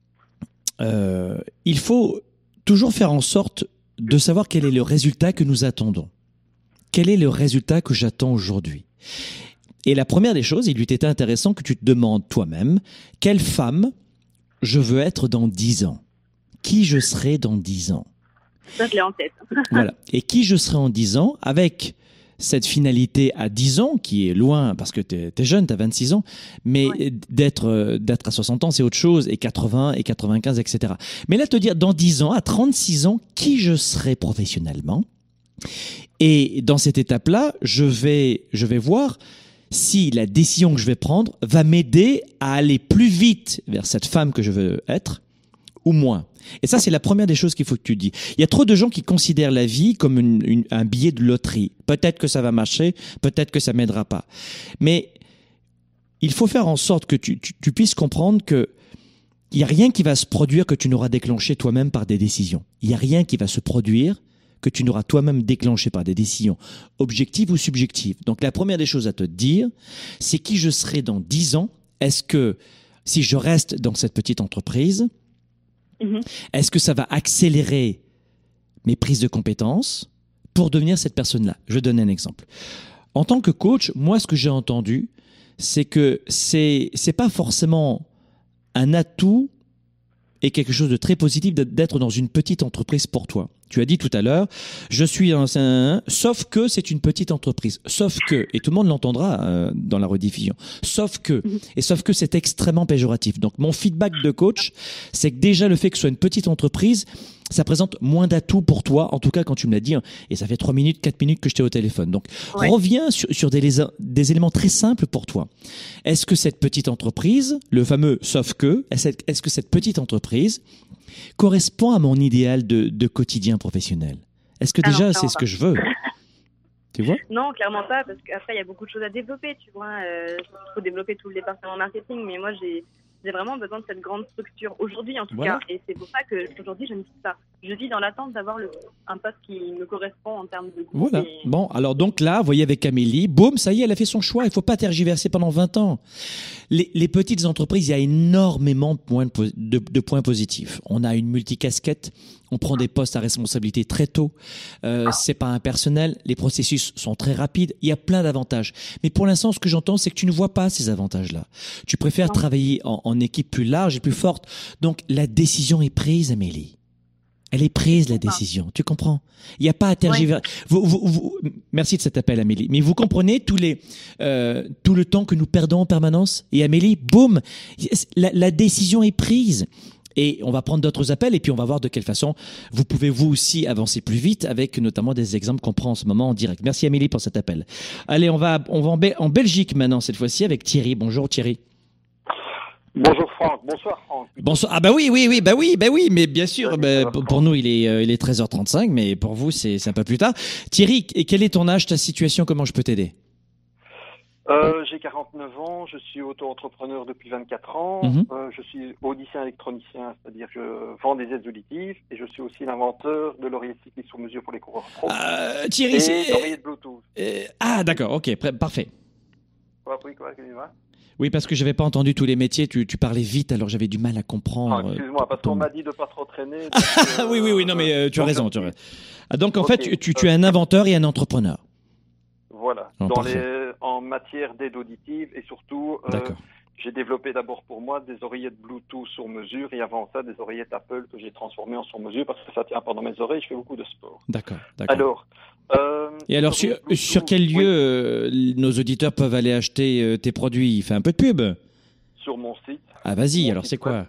il faut toujours faire en sorte de savoir quel est le résultat que nous attendons. Quel est le résultat que j'attends aujourd'hui? Et la première des choses, il eût été intéressant que tu te demandes toi-même quelle femme je veux être dans 10 ans. Qui je serai dans 10 ans? Ça, je l'ai en tête. Voilà. Et qui je serai en 10 ans avec cette finalité à 10 ans, qui est loin, parce que t'es jeune, t'as 26 ans, mais d'être à 60 ans, c'est autre chose, et 80, et 95, etc. Mais là, te dire, dans 10 ans, à 36 ans, qui je serai professionnellement. Et dans cette étape-là, je vais voir si la décision que je vais prendre va m'aider à aller plus vite vers cette femme que je veux être, ou moins. Et ça, c'est la première des choses qu'il faut que tu dis. Il y a trop de gens qui considèrent la vie comme un billet de loterie. Peut-être que ça va marcher, peut-être que ça m'aidera pas. Mais il faut faire en sorte que tu puisses comprendre que il y a rien qui va se produire que tu n'auras déclenché toi-même par des décisions. Il y a rien qui va se produire que tu n'auras toi-même déclenché par des décisions objectives ou subjectives. Donc la première des choses à te dire, c'est qui je serai dans 10 ans. Est-ce que si je reste dans cette petite entreprise, est-ce que ça va accélérer mes prises de compétences pour devenir cette personne-là? Je donne un exemple. En tant que coach, moi, ce que j'ai entendu, c'est que c'est pas forcément un atout et quelque chose de très positif d'être dans une petite entreprise pour toi. Tu as dit tout à l'heure, je suis sauf que c'est une petite entreprise. Sauf que, et tout le monde l'entendra dans la rediffusion, sauf que c'est extrêmement péjoratif. Donc mon feedback de coach, c'est que déjà le fait que ce soit une petite entreprise, ça présente moins d'atouts pour toi, en tout cas quand tu me l'as dit, hein, et ça fait 3 minutes, 4 minutes que je t'ai au téléphone. Donc reviens sur des éléments très simples pour toi. Est-ce que cette petite entreprise, le fameux sauf que, est-ce que cette petite entreprise correspond à mon idéal de quotidien professionnel? Est-ce que déjà c'est ce que je veux? Tu vois? Non, clairement pas, parce qu'après il y a beaucoup de choses à développer, tu vois. Il faut développer tout le département marketing, mais moi j'ai vraiment besoin de cette grande structure aujourd'hui en tout cas, et c'est pour ça qu'aujourd'hui je ne vis pas. Je vis dans l'attente d'avoir un poste qui me correspond en termes de goût. Voilà. Bon, alors donc là, vous voyez avec Amélie, boum, ça y est, elle a fait son choix. Il faut pas tergiverser pendant 20 ans. Les petites entreprises, il y a énormément de points positifs. On a une multicasquette, on prend des postes à responsabilité très tôt. C'est pas impersonnel, les processus sont très rapides. Il y a plein d'avantages. Mais pour l'instant, ce que j'entends, c'est que tu ne vois pas ces avantages-là. Tu préfères travailler en équipe plus large et plus forte. Donc la décision est prise, Amélie. Elle est prise, la décision. Tu comprends? Il n'y a pas à tergiverser. Merci de cet appel, Amélie. Mais vous comprenez tout le temps que nous perdons en permanence? Et Amélie, boum, la décision est prise. Et on va prendre d'autres appels et puis on va voir de quelle façon vous pouvez vous aussi avancer plus vite avec notamment des exemples qu'on prend en ce moment en direct. Merci Amélie pour cet appel. Allez, on va en Belgique maintenant cette fois-ci avec Thierry. Bonjour Thierry. Bonjour Franck, bonsoir Franck. Bonsoir. Ah bah oui, mais bien sûr, pour nous il est 13h35, mais pour vous c'est un peu plus tard. Thierry, quel est ton âge, ta situation, comment je peux t'aider? J'ai 49 ans, je suis auto-entrepreneur depuis 24 ans, je suis audicien électronicien, c'est-à-dire je vends des aides auditives et je suis aussi l'inventeur de l'oreillette cycliste sur mesure pour les coureurs pro. Thierry, et l'oreillette Bluetooth. D'accord, ok, parfait. Quoi, Oui, parce que je n'avais pas entendu tous les métiers, tu parlais vite, alors j'avais du mal à comprendre. Excuse-moi, parce qu'on m'a dit de ne pas trop traîner. Donc, oui, non, mais tu as raison. Donc en fait, tu es un inventeur et un entrepreneur. Voilà, en matière d'aide auditive et surtout, j'ai développé d'abord pour moi des oreillettes Bluetooth sur mesure et avant ça des oreillettes Apple que j'ai transformées en sur mesure parce que ça tient pendant mes oreilles, je fais beaucoup de sport. D'accord. Alors, sur quel lieu nos auditeurs peuvent aller acheter tes produits? Fais un peu de pub. Sur mon site. Ah vas-y, alors c'est quoi?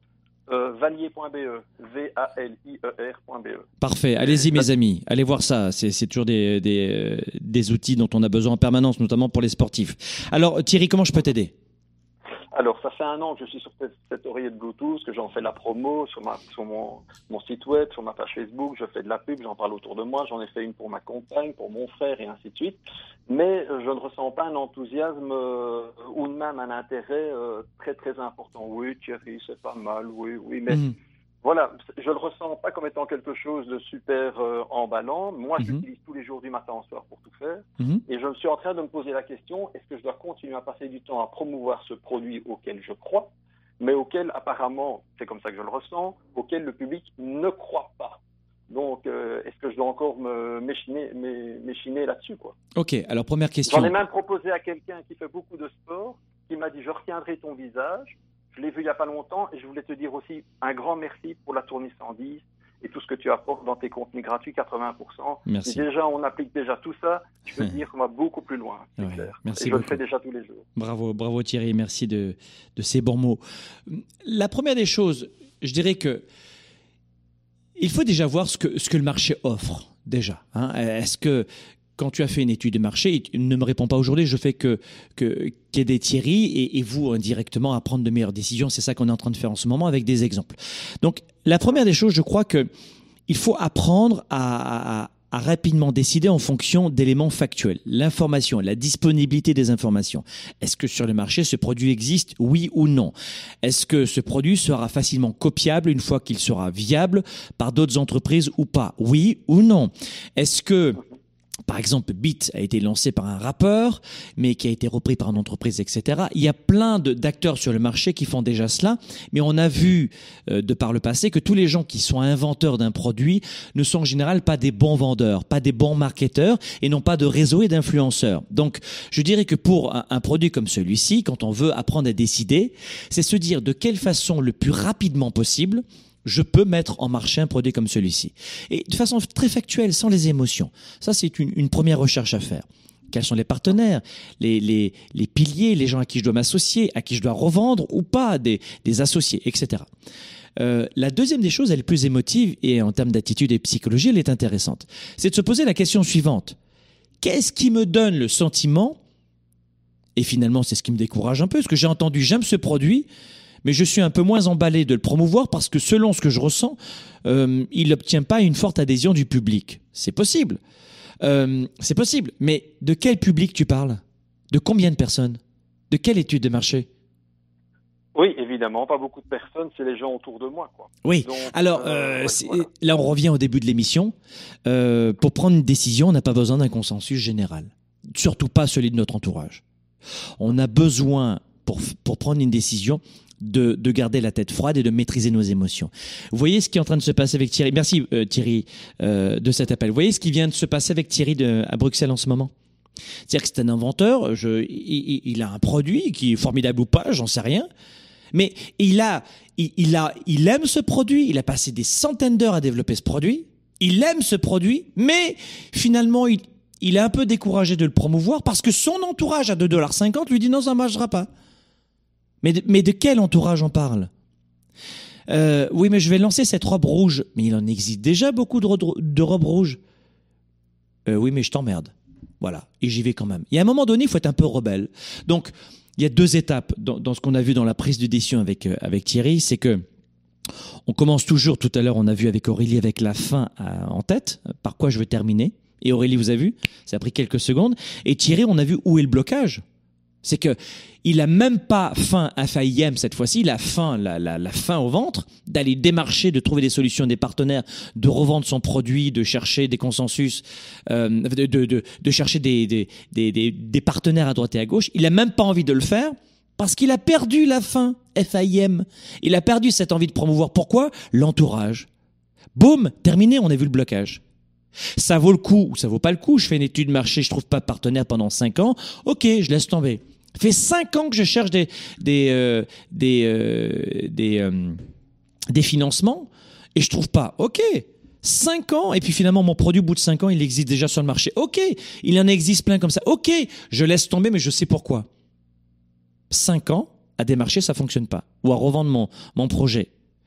Valier.be, VALIER.be. Parfait, allez-y mes amis, allez voir ça, c'est toujours des outils dont on a besoin en permanence, notamment pour les sportifs. Alors Thierry, comment je peux t'aider? Alors, ça fait 1 an que je suis sur cette oreillette Bluetooth, que j'en fais la promo sur mon site web, sur ma page Facebook, je fais de la pub, j'en parle autour de moi, j'en ai fait une pour ma compagne, pour mon frère et ainsi de suite. Mais je ne ressens pas un enthousiasme ou même un intérêt très très important. Oui, Thierry, c'est pas mal, oui, mais voilà, je le ressens pas comme étant quelque chose de super emballant. Moi, je l'utilise tous les jours du matin au soir pour tout faire. Et je suis en train de me poser la question, est-ce que je dois continuer à passer du temps à promouvoir ce produit auquel je crois, mais auquel apparemment, c'est comme ça que je le ressens, auquel le public ne croit pas. Donc, est-ce que je dois encore m'échiner là-dessus, quoi? Ok, alors première question. J'en ai même proposé à quelqu'un qui fait beaucoup de sport, qui m'a dit « je retiendrai ton visage ». Je l'ai vu il n'y a pas longtemps et je voulais te dire aussi un grand merci pour la tournée 110 et tout ce que tu apportes dans tes contenus gratuits, 80%. Merci. Si déjà on applique déjà tout ça, je peux te dire qu'on va beaucoup plus loin, c'est clair. Merci et je le fais déjà tous les jours. Bravo Thierry, merci de ces bons mots. La première des choses, je dirais que il faut déjà voir ce que le marché offre, déjà. Est-ce que quand tu as fait une étude de marché, ne me réponds pas aujourd'hui, je fais qu'aider Thierry et vous indirectement à prendre de meilleures décisions. C'est ça qu'on est en train de faire en ce moment avec des exemples. Donc, la première des choses, je crois que il faut apprendre à rapidement décider en fonction d'éléments factuels. L'information, la disponibilité des informations. Est-ce que sur le marché, ce produit existe, oui ou non? Est-ce que ce produit sera facilement copiable une fois qu'il sera viable par d'autres entreprises ou pas? Oui ou non? Est-ce que par exemple, Beat a été lancé par un rappeur, mais qui a été repris par une entreprise, etc. Il y a plein d'acteurs sur le marché qui font déjà cela, mais on a vu de par le passé que tous les gens qui sont inventeurs d'un produit ne sont en général pas des bons vendeurs, pas des bons marketeurs et n'ont pas de réseau et d'influenceurs. Donc, je dirais que pour un produit comme celui-ci, quand on veut apprendre à décider, c'est se dire de quelle façon le plus rapidement possible je peux mettre en marché un produit comme celui-ci. Et de façon très factuelle, sans les émotions. Ça, c'est une première recherche à faire. Quels sont les partenaires, les piliers, les gens à qui je dois m'associer, à qui je dois revendre ou pas, des associés, etc. La deuxième des choses, elle est plus émotive et en termes d'attitude et psychologie, elle est intéressante. C'est de se poser la question suivante. Qu'est-ce qui me donne le sentiment, et finalement c'est ce qui me décourage un peu, parce que j'ai entendu j'aime ce produit, mais je suis un peu moins emballé de le promouvoir parce que selon ce que je ressens, il n'obtient pas une forte adhésion du public. C'est possible. C'est possible. Mais de quel public tu parles? De combien de personnes? De quelle étude de marché? Oui, évidemment, pas beaucoup de personnes, c'est les gens autour de moi, quoi. Oui, donc, alors voilà. Là on revient au début de l'émission. Pour prendre une décision, on n'a pas besoin d'un consensus général. Surtout pas celui de notre entourage. On a besoin, pour prendre une décision, de garder la tête froide et de maîtriser nos émotions. Vous voyez ce qui est en train de se passer avec Thierry. Merci Thierry de cet appel. Vous voyez ce qui vient de se passer avec Thierry à Bruxelles en ce moment? C'est-à-dire que c'est un inventeur, il a un produit qui est formidable ou pas, j'en sais rien. Mais il aime ce produit, il a passé des centaines d'heures à développer ce produit, il aime ce produit, mais finalement il est un peu découragé de le promouvoir parce que son entourage à 2,50 $ lui dit non, ça ne marchera pas. Mais de quel entourage on parle? Oui, mais je vais lancer cette robe rouge. Mais il en existe déjà beaucoup de robes rouges. Oui, mais je t'emmerde. Voilà, et j'y vais quand même. Et à un moment donné, il faut être un peu rebelle. Donc, il y a 2 étapes dans ce qu'on a vu dans la prise de décision avec Thierry. C'est que on commence toujours, tout à l'heure, on a vu avec Aurélie, avec la fin en tête, par quoi je veux terminer. Et Aurélie, vous avez vu, ça a pris quelques secondes. Et Thierry, on a vu où est le blocage. C'est que il a même pas faim à FAIM cette fois-ci, il a faim, la faim au ventre, d'aller démarcher, de trouver des solutions, des partenaires, de revendre son produit, de chercher des consensus, de chercher des partenaires à droite et à gauche. Il a même pas envie de le faire parce qu'il a perdu la faim, FAIM. Il a perdu cette envie de promouvoir. Pourquoi ? L'entourage. Boum, terminé, on a vu le blocage. Ça vaut le coup ou ça vaut pas le coup. Je fais une étude marché, je trouve pas de partenaire pendant 5 ans. Ok, je laisse tomber. Ça fait 5 ans que je cherche des financements et je trouve pas. Ok, 5 ans et puis finalement mon produit au bout de 5 ans il existe déjà sur le marché. Ok, il en existe plein comme ça. Ok, je laisse tomber mais je sais pourquoi. 5 ans à démarcher ça fonctionne pas ou à revendre mon projet.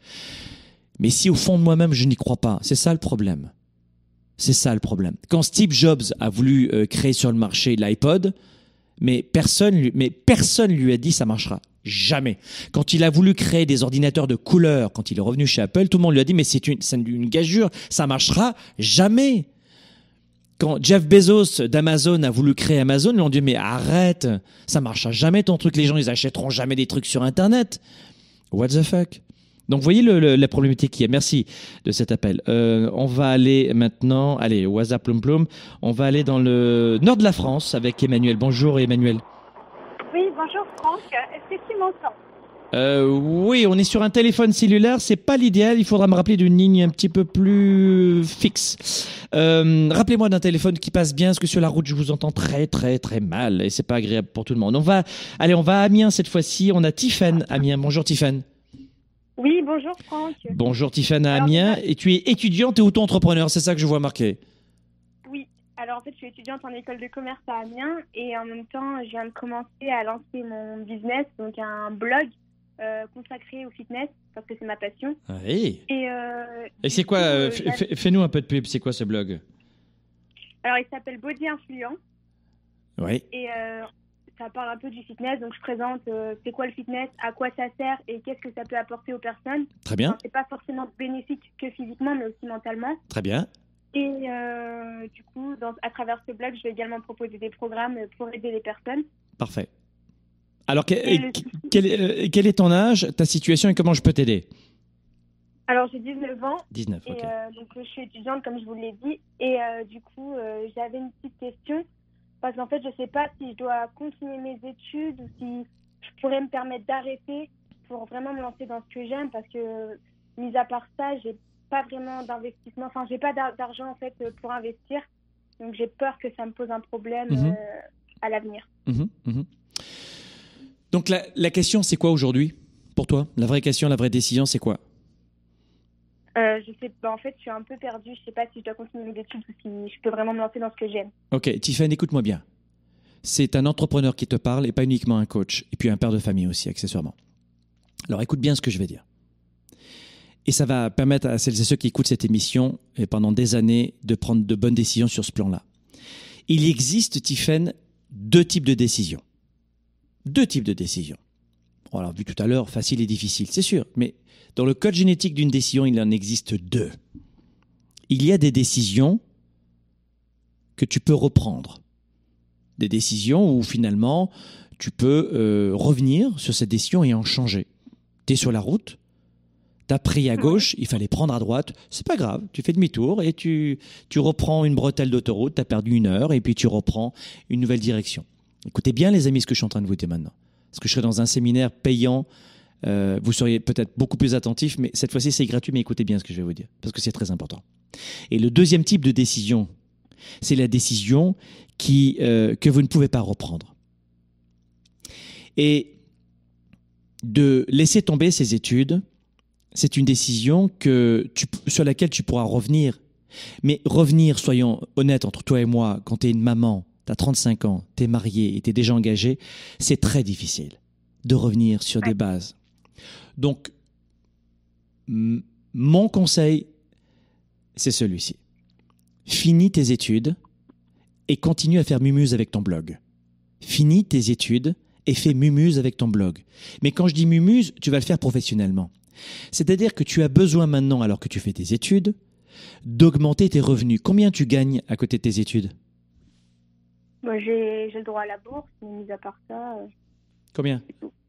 Mais si au fond de moi-même je n'y crois pas, c'est ça le problème. C'est ça le problème. Quand Steve Jobs a voulu créer sur le marché l'iPod, mais personne lui a dit ça marchera. Jamais. Quand il a voulu créer des ordinateurs de couleur, quand il est revenu chez Apple, tout le monde lui a dit mais c'est une gageure, ça marchera jamais. Quand Jeff Bezos d'Amazon a voulu créer Amazon, ils lui ont dit mais arrête, ça marchera jamais ton truc, les gens ils achèteront jamais des trucs sur Internet. What the fuck? Donc, vous voyez la problématique qu'il y a. Merci de cet appel. On va aller maintenant, au hasard ploum ploum, on va aller dans le nord de la France avec Emmanuel. Bonjour Emmanuel. Oui, bonjour Franck. Est-ce que tu m'entends ? Oui, on est sur un téléphone cellulaire. C'est pas l'idéal. Il faudra me rappeler d'une ligne un petit peu plus fixe. Rappelez-moi d'un téléphone qui passe bien, parce que sur la route, je vous entends très, très, très mal et c'est pas agréable pour tout le monde. On va à Amiens cette fois-ci. On a Tiffen à Amiens. Bonjour Tiffen. Oui, bonjour Franck. Bonjour Tiffen à Amiens. Et tu es étudiante et auto-entrepreneur, c'est ça que je vois marqué. Oui, alors en fait je suis étudiante en école de commerce à Amiens et en même temps je viens de commencer à lancer mon business, donc un blog consacré au fitness parce que c'est ma passion. Oui. Et c'est quoi fais-nous un peu de pub, c'est quoi ce blog ? Alors il s'appelle Body Influence. Oui. Et ça parle un peu du fitness, donc je présente c'est quoi le fitness, à quoi ça sert et qu'est-ce que ça peut apporter aux personnes. Très bien. Enfin, c'est pas forcément bénéfique que physiquement, mais aussi mentalement. Très bien. Et du coup, à travers ce blog, je vais également proposer des programmes pour aider les personnes. Parfait. Alors, quel est ton âge, ta situation et comment je peux t'aider ? Alors, j'ai 19 ans. 19, ok. Et donc, je suis étudiante, comme je vous l'ai dit. Et du coup, j'avais une petite question. Parce qu'en fait, je ne sais pas si je dois continuer mes études ou si je pourrais me permettre d'arrêter pour vraiment me lancer dans ce que j'aime. Parce que, mis à part ça, j'ai pas vraiment d'investissement. Enfin, j'ai pas d'argent, en fait, pour investir. Donc, j'ai peur que ça me pose un problème à l'avenir. Donc, la question, c'est quoi aujourd'hui pour toi ? La vraie question, la vraie décision, c'est quoi ? Je sais pas, en fait, je suis un peu perdue. Je sais pas si je dois continuer mes études ou si je peux vraiment me lancer dans ce que j'aime. Ok, Tiffen, écoute-moi bien. C'est un entrepreneur qui te parle et pas uniquement un coach. Et puis un père de famille aussi, accessoirement. Alors, écoute bien ce que je vais dire. Et ça va permettre à celles et ceux qui écoutent cette émission et pendant des années de prendre de bonnes décisions sur ce plan-là. Il existe, Tiffen, 2 types de décisions. 2 types de décisions. Bon, alors, vu tout à l'heure, facile et difficile, c'est sûr, mais dans le code génétique d'une décision, il en existe 2. Il y a des décisions que tu peux reprendre. Des décisions où finalement, tu peux revenir sur cette décision et en changer. Tu es sur la route, tu as pris à gauche, il fallait prendre à droite. C'est pas grave, tu fais demi-tour et tu reprends une bretelle d'autoroute, tu as perdu 1 heure et puis tu reprends une nouvelle direction. Écoutez bien les amis ce que je suis en train de vous dire maintenant. Parce que je serai dans un séminaire payant. Vous seriez peut-être beaucoup plus attentifs, mais cette fois-ci, c'est gratuit, mais écoutez bien ce que je vais vous dire, parce que c'est très important. Et le 2e type de décision, c'est la décision que vous ne pouvez pas reprendre. Et de laisser tomber ces études, c'est une décision sur laquelle tu pourras revenir. Mais revenir, soyons honnêtes entre toi et moi, quand tu es une maman, tu as 35 ans, tu es mariée et tu es déjà engagée, c'est très difficile de revenir sur des bases. Donc, mon conseil, c'est celui-ci. Finis tes études et continue à faire mumuse avec ton blog. Finis tes études et fais mumuse avec ton blog. Mais quand je dis mumuse, tu vas le faire professionnellement. C'est-à-dire que tu as besoin maintenant, alors que tu fais tes études, d'augmenter tes revenus. Combien tu gagnes à côté de tes études ? J'ai le droit à la bourse, mais mis à part ça... Combien?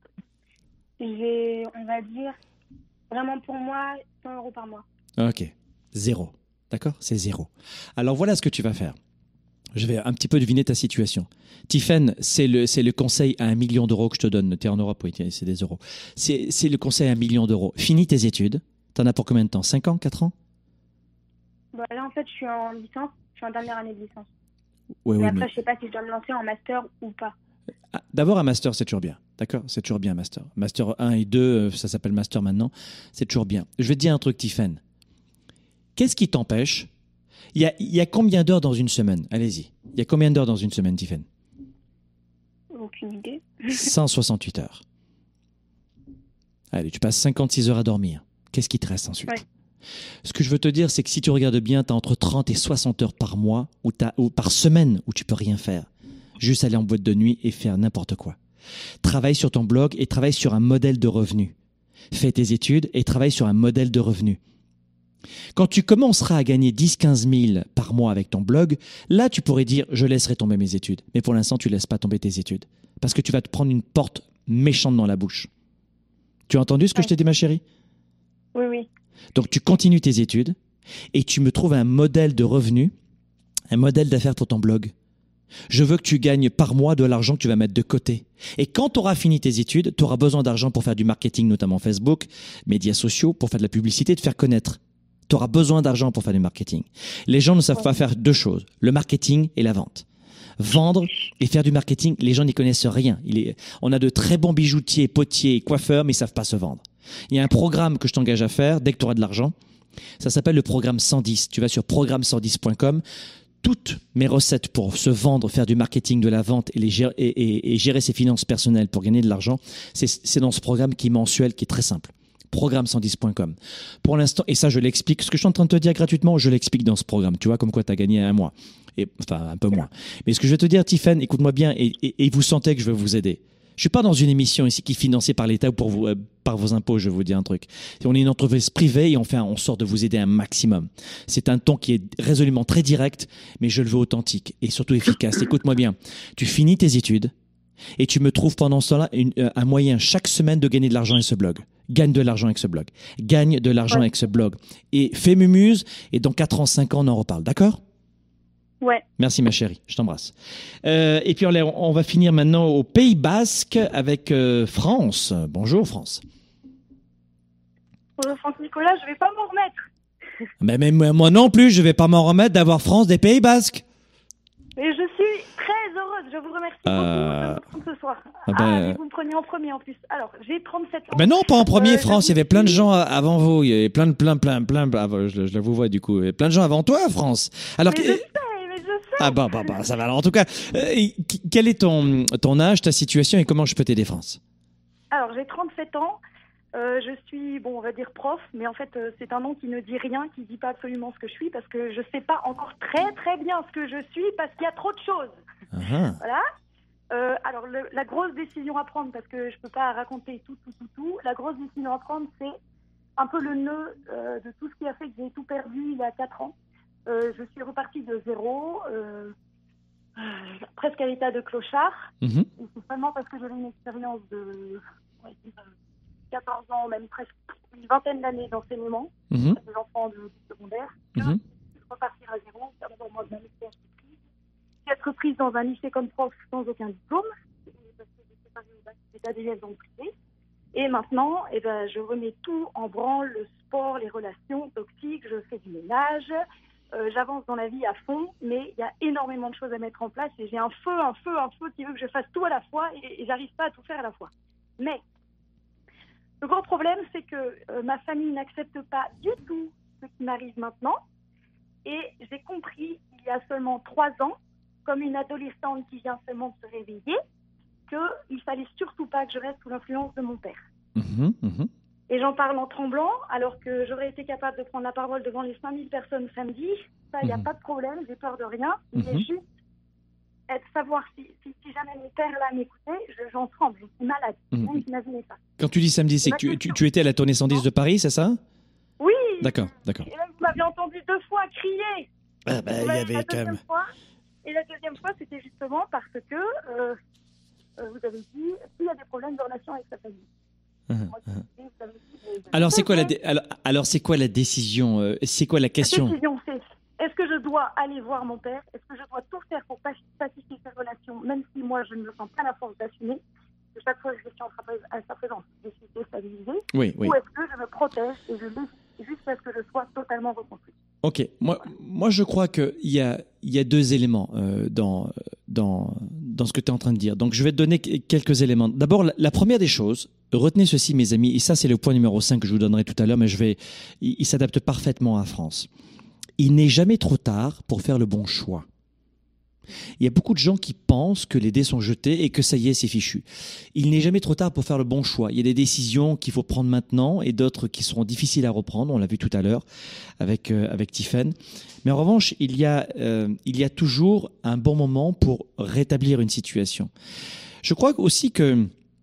J'ai, on va dire, vraiment pour moi, 100 € par mois. Ok, 0. D'accord? C'est 0. Alors voilà ce que tu vas faire. Je vais un petit peu deviner ta situation. Tiffen, c'est le conseil à 1 million d'euros que je te donne. Tu es en Europe, oui, c'est des euros. C'est le conseil à 1 million d'euros. Finis tes études. Tu en as pour combien de temps? 5 ans? 4 ans? Là, en fait, je suis en licence. Je suis en dernière année de licence. Oui, mais après, je ne sais pas si je dois me lancer en master ou pas. D'abord, un master, c'est toujours bien. D'accord? C'est toujours bien, un master. Master 1 et 2, ça s'appelle master maintenant. C'est toujours bien. Je vais te dire un truc, Tiffen. Qu'est-ce qui t'empêche? Il y a combien d'heures dans une semaine? Allez-y. Il y a combien d'heures dans une semaine, Tiffen? Aucune idée. 168 heures. Allez, tu passes 56 heures à dormir. Qu'est-ce qui te reste ensuite? Ouais. Ce que je veux te dire, c'est que si tu regardes bien, tu as entre 30 et 60 heures par mois ou par semaine où tu peux rien faire. Juste aller en boîte de nuit et faire n'importe quoi. Travaille sur ton blog et travaille sur un modèle de revenu. Fais tes études et travaille sur un modèle de revenu. Quand tu commenceras à gagner 10-15 000 par mois avec ton blog, là, tu pourrais dire « je laisserai tomber mes études ». Mais pour l'instant, tu ne laisses pas tomber tes études. Parce que tu vas te prendre une porte méchante dans la bouche. Tu as entendu ce que je t'ai dit, ma chérie? Oui, oui. Donc, tu continues tes études et tu me trouves un modèle de revenu, un modèle d'affaires pour ton blog. Je veux que tu gagnes par mois de l'argent que tu vas mettre de côté. Et quand tu auras fini tes études, tu auras besoin d'argent pour faire du marketing, notamment Facebook, médias sociaux, pour faire de la publicité, te faire connaître. Tu auras besoin d'argent pour faire du marketing. Les gens ne savent pas faire deux choses, le marketing et la vente. Vendre et faire du marketing, les gens n'y connaissent rien. On a de très bons bijoutiers, potiers, coiffeurs, mais ils ne savent pas se vendre. Il y a un programme que je t'engage à faire dès que tu auras de l'argent. Ça s'appelle le programme 110. Tu vas sur programme110.com. Toutes mes recettes pour se vendre, faire du marketing, de la vente et gérer ses finances personnelles pour gagner de l'argent, c'est dans ce programme qui est mensuel, qui est très simple. Programme110.com. Pour l'instant, et ça je l'explique, ce que je suis en train de te dire gratuitement, je l'explique dans ce programme. Tu vois, comme quoi tu as gagné un mois. Enfin, un peu moins. Mais ce que je vais te dire, Tiffen, écoute-moi bien et vous sentez que je vais vous aider. Je suis pas dans une émission ici qui est financée par l'État ou par vos impôts, je vais vous dire un truc. On est une entreprise privée et on sort de vous aider un maximum. C'est un ton qui est résolument très direct, mais je le veux authentique et surtout efficace. Écoute-moi bien. Tu finis tes études et tu me trouves pendant ce temps-là un moyen chaque semaine de gagner de l'argent avec ce blog. Gagne de l'argent avec ce blog. Gagne de l'argent avec ce blog. Et fais mumuse et dans 4 ans, 5 ans, on en reparle. D'accord ? Ouais. Merci ma chérie, je t'embrasse. Et puis on va finir maintenant au Pays Basque avec France. Bonjour France. Bonjour France-Nicolas, je vais pas m'en remettre. Mais moi non plus, je vais pas m'en remettre d'avoir France des Pays Basques. Et je suis très heureuse, je vous remercie beaucoup de me prendre ce soir. Vous me preniez en premier en plus. Alors, j'ai 37 ans. Ben non, pas en premier France, il y avait plein de gens avant vous, il y avait plein, je la vous vois du coup, il y avait plein de gens avant toi France. Alors mais je sais. Ah bah, ça va. Alors en tout cas, quel est ton âge, ta situation et comment je peux t'aider France? Alors j'ai 37 ans, je suis, on va dire prof, mais en fait c'est un nom qui ne dit rien, qui ne dit pas absolument ce que je suis parce que je ne sais pas encore très très bien ce que je suis parce qu'il y a trop de choses. Uh-huh. Voilà. Alors la grosse décision à prendre, parce que je ne peux pas raconter tout, la grosse décision à prendre c'est un peu le nœud de tout ce qui a fait que j'ai tout perdu il y a 4 ans. Je suis repartie de zéro, presque à l'état de clochard. Mm-hmm. Et c'est vraiment parce que j'avais une expérience de 14 ans, même presque une vingtaine d'années d'enseignement, mm-hmm. avec des enfants du secondaire. Mm-hmm. Repartir à zéro, faire d'abord moi de ma licence être prise dans un lycée comme prof sans aucun diplôme, parce que j'étais pas au bac, j'étais ADS dans le privé. Et maintenant, je remets tout en branle, le sport, les relations toxiques, je fais du ménage. J'avance dans la vie à fond, mais il y a énormément de choses à mettre en place et j'ai un feu qui veut que je fasse tout à la fois et j'arrive pas à tout faire à la fois. Mais le gros problème, c'est que ma famille n'accepte pas du tout ce qui m'arrive maintenant et j'ai compris il y a seulement 3 ans, comme une adolescente qui vient seulement de se réveiller, qu'il fallait surtout pas que je reste sous l'influence de mon père. Mmh, mmh. Et j'en parle en tremblant, alors que j'aurais été capable de prendre la parole devant les 5000 personnes samedi. Ça, il n'y a pas de problème, j'ai peur de rien. Mais juste savoir si jamais mon père là m'écoutait, j'en tremble, je suis malade. Vous imaginez ça. Quand tu dis samedi, c'est que tu étais à la tournée 110 de Paris, c'est ça? Oui. D'accord. Et même, vous m'avez entendu 2 fois crier. Il y avait quand même... Et la deuxième fois, c'était justement parce que vous avez dit s'il y a des problèmes de relation avec sa famille. Alors c'est quoi la décision c'est quoi la question? La décision, c'est est-ce que je dois aller voir mon père? Est-ce que je dois tout faire pour pacifier ces relations, même si moi je ne me sens pas la force d'assumer? Chaque fois que je suis à sa présence, je suis déstabilisée. Oui. Ou est-ce que je me protège et je laisse jusqu'à ce que je sois totalement reconstruite? Ok, moi je crois qu'il y a deux éléments dans ce que tu es en train de dire. Donc je vais te donner quelques éléments. D'abord, la première des choses, retenez ceci mes amis, et ça c'est le point numéro 5 que je vous donnerai tout à l'heure, mais il s'adapte parfaitement à France. Il n'est jamais trop tard pour faire le bon choix. Il y a beaucoup de gens qui pensent que les dés sont jetés et que ça y est, c'est fichu. Il n'est jamais trop tard pour faire le bon choix. Il y a des décisions qu'il faut prendre maintenant et d'autres qui seront difficiles à reprendre. On l'a vu tout à l'heure avec Tiffen. Mais en revanche, il y a toujours un bon moment pour rétablir une situation. Je crois aussi que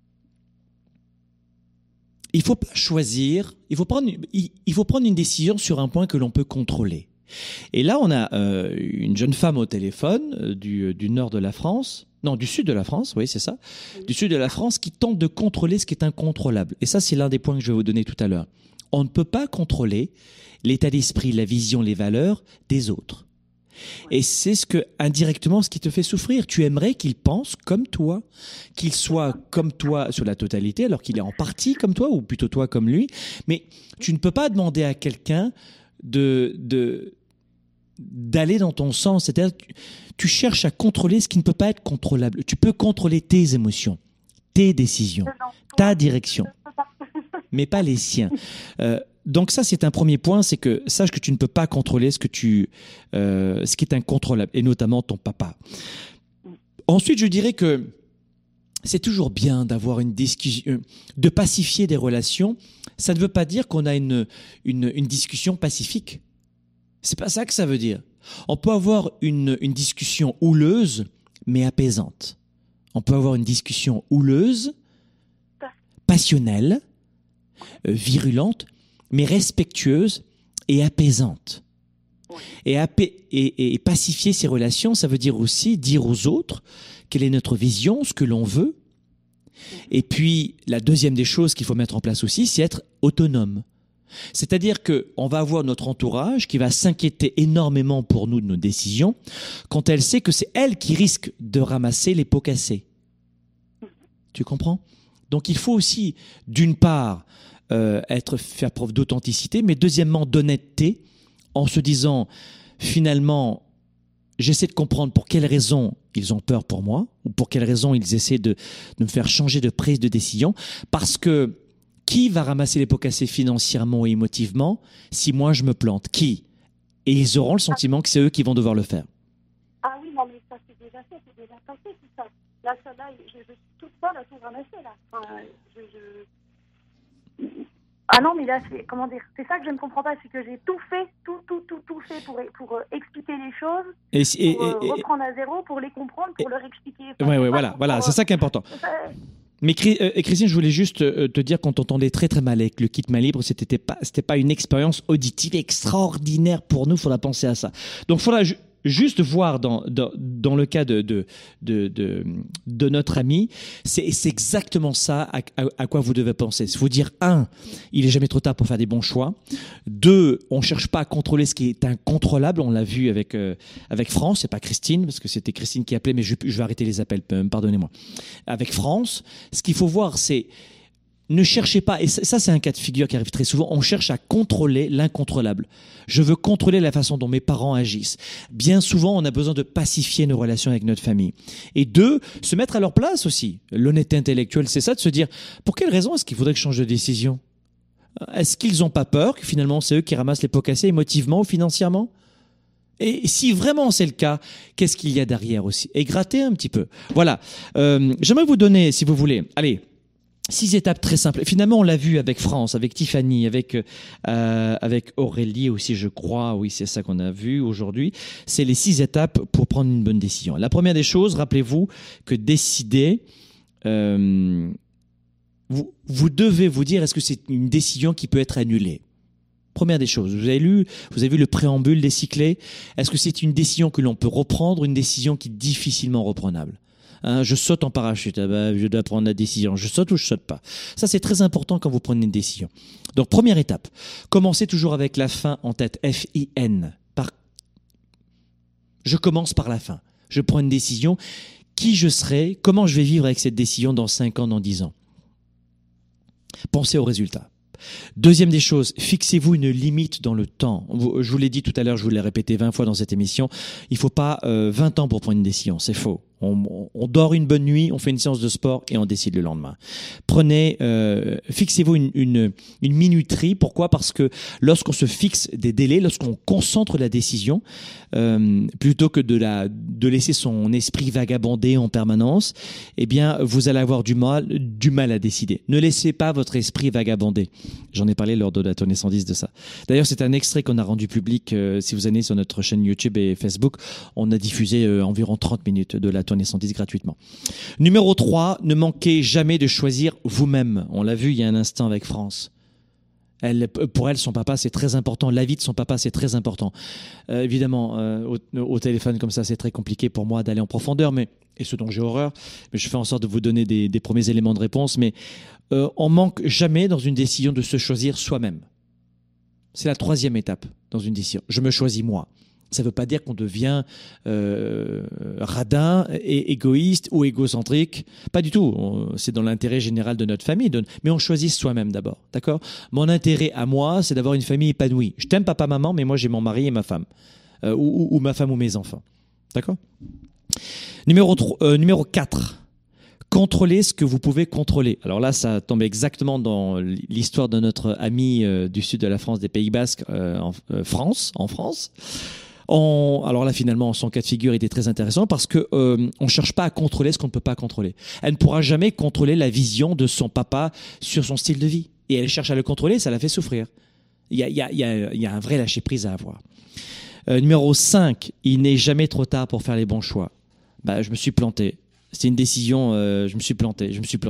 il faut pas choisir. Il faut prendre une décision sur un point que l'on peut contrôler. Et là, on a une jeune femme au téléphone du nord de la France, non, du sud de la France, oui, c'est ça, du sud de la France, qui tente de contrôler ce qui est incontrôlable. Et ça, c'est l'un des points que je vais vous donner tout à l'heure. On ne peut pas contrôler l'état d'esprit, la vision, les valeurs des autres. Et c'est indirectement, ce qui te fait souffrir. Tu aimerais qu'il pense comme toi, qu'il soit comme toi sur la totalité, alors qu'il est en partie comme toi, ou plutôt toi comme lui. Mais tu ne peux pas demander à quelqu'un d'aller dans ton sens. C'est-à-dire, tu cherches à contrôler ce qui ne peut pas être contrôlable. Tu peux contrôler tes émotions, tes décisions, ta direction, mais pas les siens. Donc ça, c'est un premier point, c'est que sache que tu ne peux pas contrôler ce qui est incontrôlable, et notamment ton papa. Ensuite, je dirais que c'est toujours bien d'avoir une discussion, de pacifier des relations. Ça ne veut pas dire qu'on a une discussion pacifique. C'est pas ça que ça veut dire. On peut avoir une discussion houleuse, mais apaisante. On peut avoir une discussion houleuse, passionnelle, virulente, mais respectueuse et apaisante. Et pacifier ces relations, ça veut dire aussi dire aux autres quelle est notre vision, ce que l'on veut. Et puis, la deuxième des choses qu'il faut mettre en place aussi, c'est être autonome. C'est-à-dire qu'on va avoir notre entourage qui va s'inquiéter énormément pour nous de nos décisions quand elle sait que c'est elle qui risque de ramasser les pots cassés. Tu comprends? Donc, il faut aussi, d'une part, faire preuve d'authenticité, mais deuxièmement, d'honnêteté, en se disant, finalement, j'essaie de comprendre pour quelles raisons ils ont peur pour moi, ou pour quelles raisons ils essaient de me faire changer de prise de décision, parce que qui va ramasser les pots cassés financièrement et émotivement si moi je me plante? Qui? Et ils auront le sentiment que c'est eux qui vont devoir le faire. Ah oui, non mais ça c'est déjà fait, c'est déjà passé tout ça. Là, je suis toute seule à tout ramasser là. Enfin, Ah non, mais là, comment dire, c'est ça que je ne comprends pas, c'est que j'ai tout fait, tout fait pour expliquer les choses, pour reprendre à zéro, pour les comprendre, pour leur expliquer. Ouais, voilà, c'est ça qui est important. Mais Christine, je voulais juste te dire qu'on t'entendait très très mal avec le kit main libre. C'était pas une expérience auditive extraordinaire pour nous. Il faudra penser à ça. Donc, il faudra juste voir dans le cas de notre ami, c'est exactement ça à quoi vous devez penser. Il faut dire, 1, il est jamais trop tard pour faire des bons choix. 2, on cherche pas à contrôler ce qui est incontrôlable. On l'a vu avec France, c'est pas Christine, parce que c'était Christine qui appelait, mais je vais arrêter les appels, pardonnez-moi. Avec France, ce qu'il faut voir, c'est ne cherchez pas, et ça c'est un cas de figure qui arrive très souvent, on cherche à contrôler l'incontrôlable. Je veux contrôler la façon dont mes parents agissent. Bien souvent, on a besoin de pacifier nos relations avec notre famille. Et 2, se mettre à leur place aussi. L'honnêteté intellectuelle, c'est ça, de se dire, pour quelle raison est-ce qu'il faudrait que je change de décision? Est-ce qu'ils n'ont pas peur que finalement c'est eux qui ramassent les pots cassés émotivement ou financièrement? Et si vraiment c'est le cas, qu'est-ce qu'il y a derrière aussi? Et gratter un petit peu. Voilà. J'aimerais vous donner, si vous voulez, allez, 6 étapes très simples. Finalement, on l'a vu avec France, avec Tiffany, avec Aurélie aussi, je crois. Oui, c'est ça qu'on a vu aujourd'hui. C'est les 6 étapes pour prendre une bonne décision. La première des choses, rappelez-vous que décider, vous devez vous dire, est-ce que c'est une décision qui peut être annulée? Première des choses, vous avez vu le préambule des cyclés. Est-ce que c'est une décision que l'on peut reprendre, une décision qui est difficilement reprenable? Je saute en parachute, je dois prendre la décision. Je saute ou je saute pas? Ça, c'est très important quand vous prenez une décision. Donc, première étape, commencez toujours avec la fin en tête, F-I-N. Je commence par la fin. Je prends une décision. Qui je serai? Comment je vais vivre avec cette décision dans 5 ans, dans 10 ans? Pensez au résultat. Deuxième des choses, fixez-vous une limite dans le temps. Je vous l'ai dit tout à l'heure, je vous l'ai répété 20 fois dans cette émission, il ne faut pas 20 ans pour prendre une décision, c'est faux. On dort une bonne nuit, on fait une séance de sport et on décide le lendemain. Fixez-vous une minuterie. Pourquoi? Parce que lorsqu'on se fixe des délais, lorsqu'on concentre la décision, plutôt que de laisser son esprit vagabonder en permanence, eh bien, vous allez avoir du mal à décider. Ne laissez pas votre esprit vagabonder. J'en ai parlé lors de la tournée 110 de ça. D'ailleurs, c'est un extrait qu'on a rendu public. Si vous allez sur notre chaîne YouTube et Facebook, on a diffusé environ 30 minutes de la tournée 110 gratuitement. Numéro 3, ne manquez jamais de choisir vous-même. On l'a vu il y a un instant avec France. Pour elle, son papa, c'est très important. La vie de son papa, c'est très important. Évidemment, au téléphone comme ça, c'est très compliqué pour moi d'aller en profondeur, et ce dont j'ai horreur. Mais je fais en sorte de vous donner des premiers éléments de réponse. Mais on manque jamais dans une décision de se choisir soi-même. C'est la 3e étape dans une décision. Je me choisis moi. Ça ne veut pas dire qu'on devient radin et égoïste ou égocentrique. Pas du tout. C'est dans l'intérêt général de notre famille. Mais on choisit soi-même d'abord. D'accord? Mon intérêt à moi, c'est d'avoir une famille épanouie. Je t'aime papa, maman, mais moi j'ai mon mari et ma femme. Ou ma femme ou mes enfants. D'accord? Numéro 4. Contrôlez ce que vous pouvez contrôler. Alors là, ça tombe exactement dans l'histoire de notre ami du sud de la France, des Pays Basques, en France. Alors là, finalement, son cas de figure était très intéressant parce que on cherche pas à contrôler ce qu'on ne peut pas contrôler. Elle ne pourra jamais contrôler la vision de son papa sur son style de vie. Et elle cherche à le contrôler, ça la fait souffrir. Il y a un vrai lâcher-prise à avoir. Numéro 5, il n'est jamais trop tard pour faire les bons choix. Je me suis planté. C'était une décision, je me suis planté.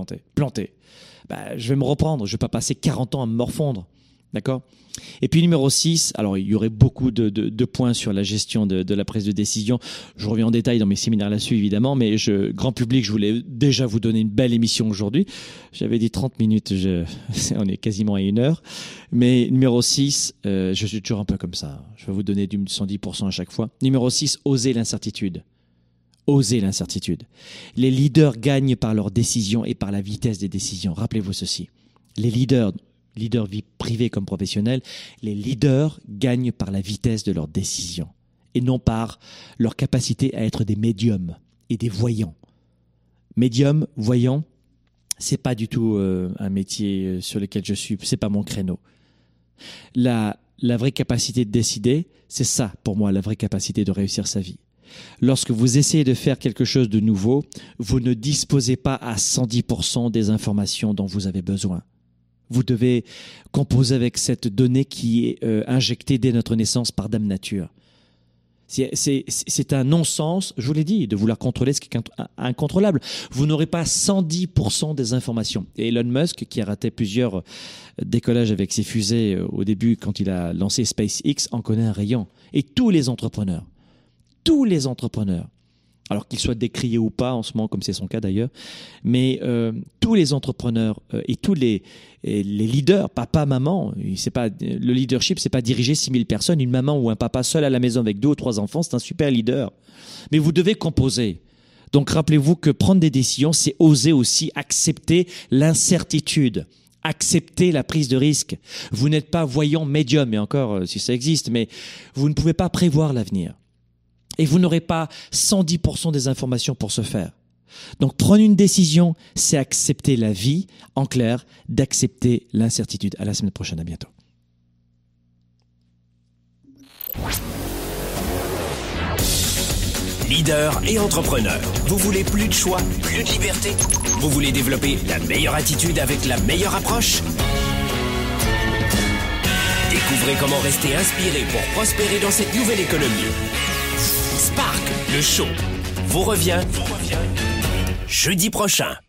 Je vais me reprendre, je vais pas passer 40 ans à me morfondre. D'accord? Et puis numéro 6, alors il y aurait beaucoup de points sur la gestion de la prise de décision. Je reviens en détail dans mes séminaires là-dessus, évidemment, mais grand public, je voulais déjà vous donner une belle émission aujourd'hui. J'avais dit 30 minutes, on est quasiment à 1 heure. Mais numéro 6, je suis toujours un peu comme ça. Je vais vous donner du 110% à chaque fois. Numéro 6, osez l'incertitude. Osez l'incertitude. Les leaders gagnent par leurs décisions et par la vitesse des décisions. Rappelez-vous ceci. Les leaders vie privée comme professionnelle, les leaders gagnent par la vitesse de leurs décisions et non par leur capacité à être des médiums et des voyants. Médium, voyant, c'est pas du tout un métier sur lequel je suis, c'est pas mon créneau. La vraie capacité de décider, c'est ça pour moi, la vraie capacité de réussir sa vie. Lorsque vous essayez de faire quelque chose de nouveau, vous ne disposez pas à 110% des informations dont vous avez besoin. Vous devez composer avec cette donnée qui est injectée dès notre naissance par Dame Nature. C'est un non-sens, je vous l'ai dit, de vouloir contrôler ce qui est incontrôlable. Vous n'aurez pas 110% des informations. Et Elon Musk, qui a raté plusieurs décollages avec ses fusées au début quand il a lancé SpaceX, en connaît un rayon. Et tous les entrepreneurs, alors qu'ils soient décriés ou pas en ce moment, comme c'est son cas d'ailleurs, mais tous les entrepreneurs et tous les leaders, papa, maman, le leadership, c'est pas diriger 6000 personnes, une maman ou un papa seul à la maison avec 2 ou 3 enfants, c'est un super leader. Mais vous devez composer. Donc rappelez-vous que prendre des décisions, c'est oser aussi accepter l'incertitude. Accepter la prise de risque. Vous n'êtes pas voyant médium, et encore si ça existe, mais vous ne pouvez pas prévoir l'avenir. Et vous n'aurez pas 110% des informations pour ce faire. Donc prendre une décision, c'est accepter la vie, en clair, d'accepter l'incertitude. À la semaine prochaine, à bientôt. Leader et entrepreneur, vous voulez plus de choix, plus de liberté? Vous voulez développer la meilleure attitude avec la meilleure approche? Découvrez comment rester inspiré pour prospérer dans cette nouvelle économie. Spark, le show, vous revient jeudi prochain.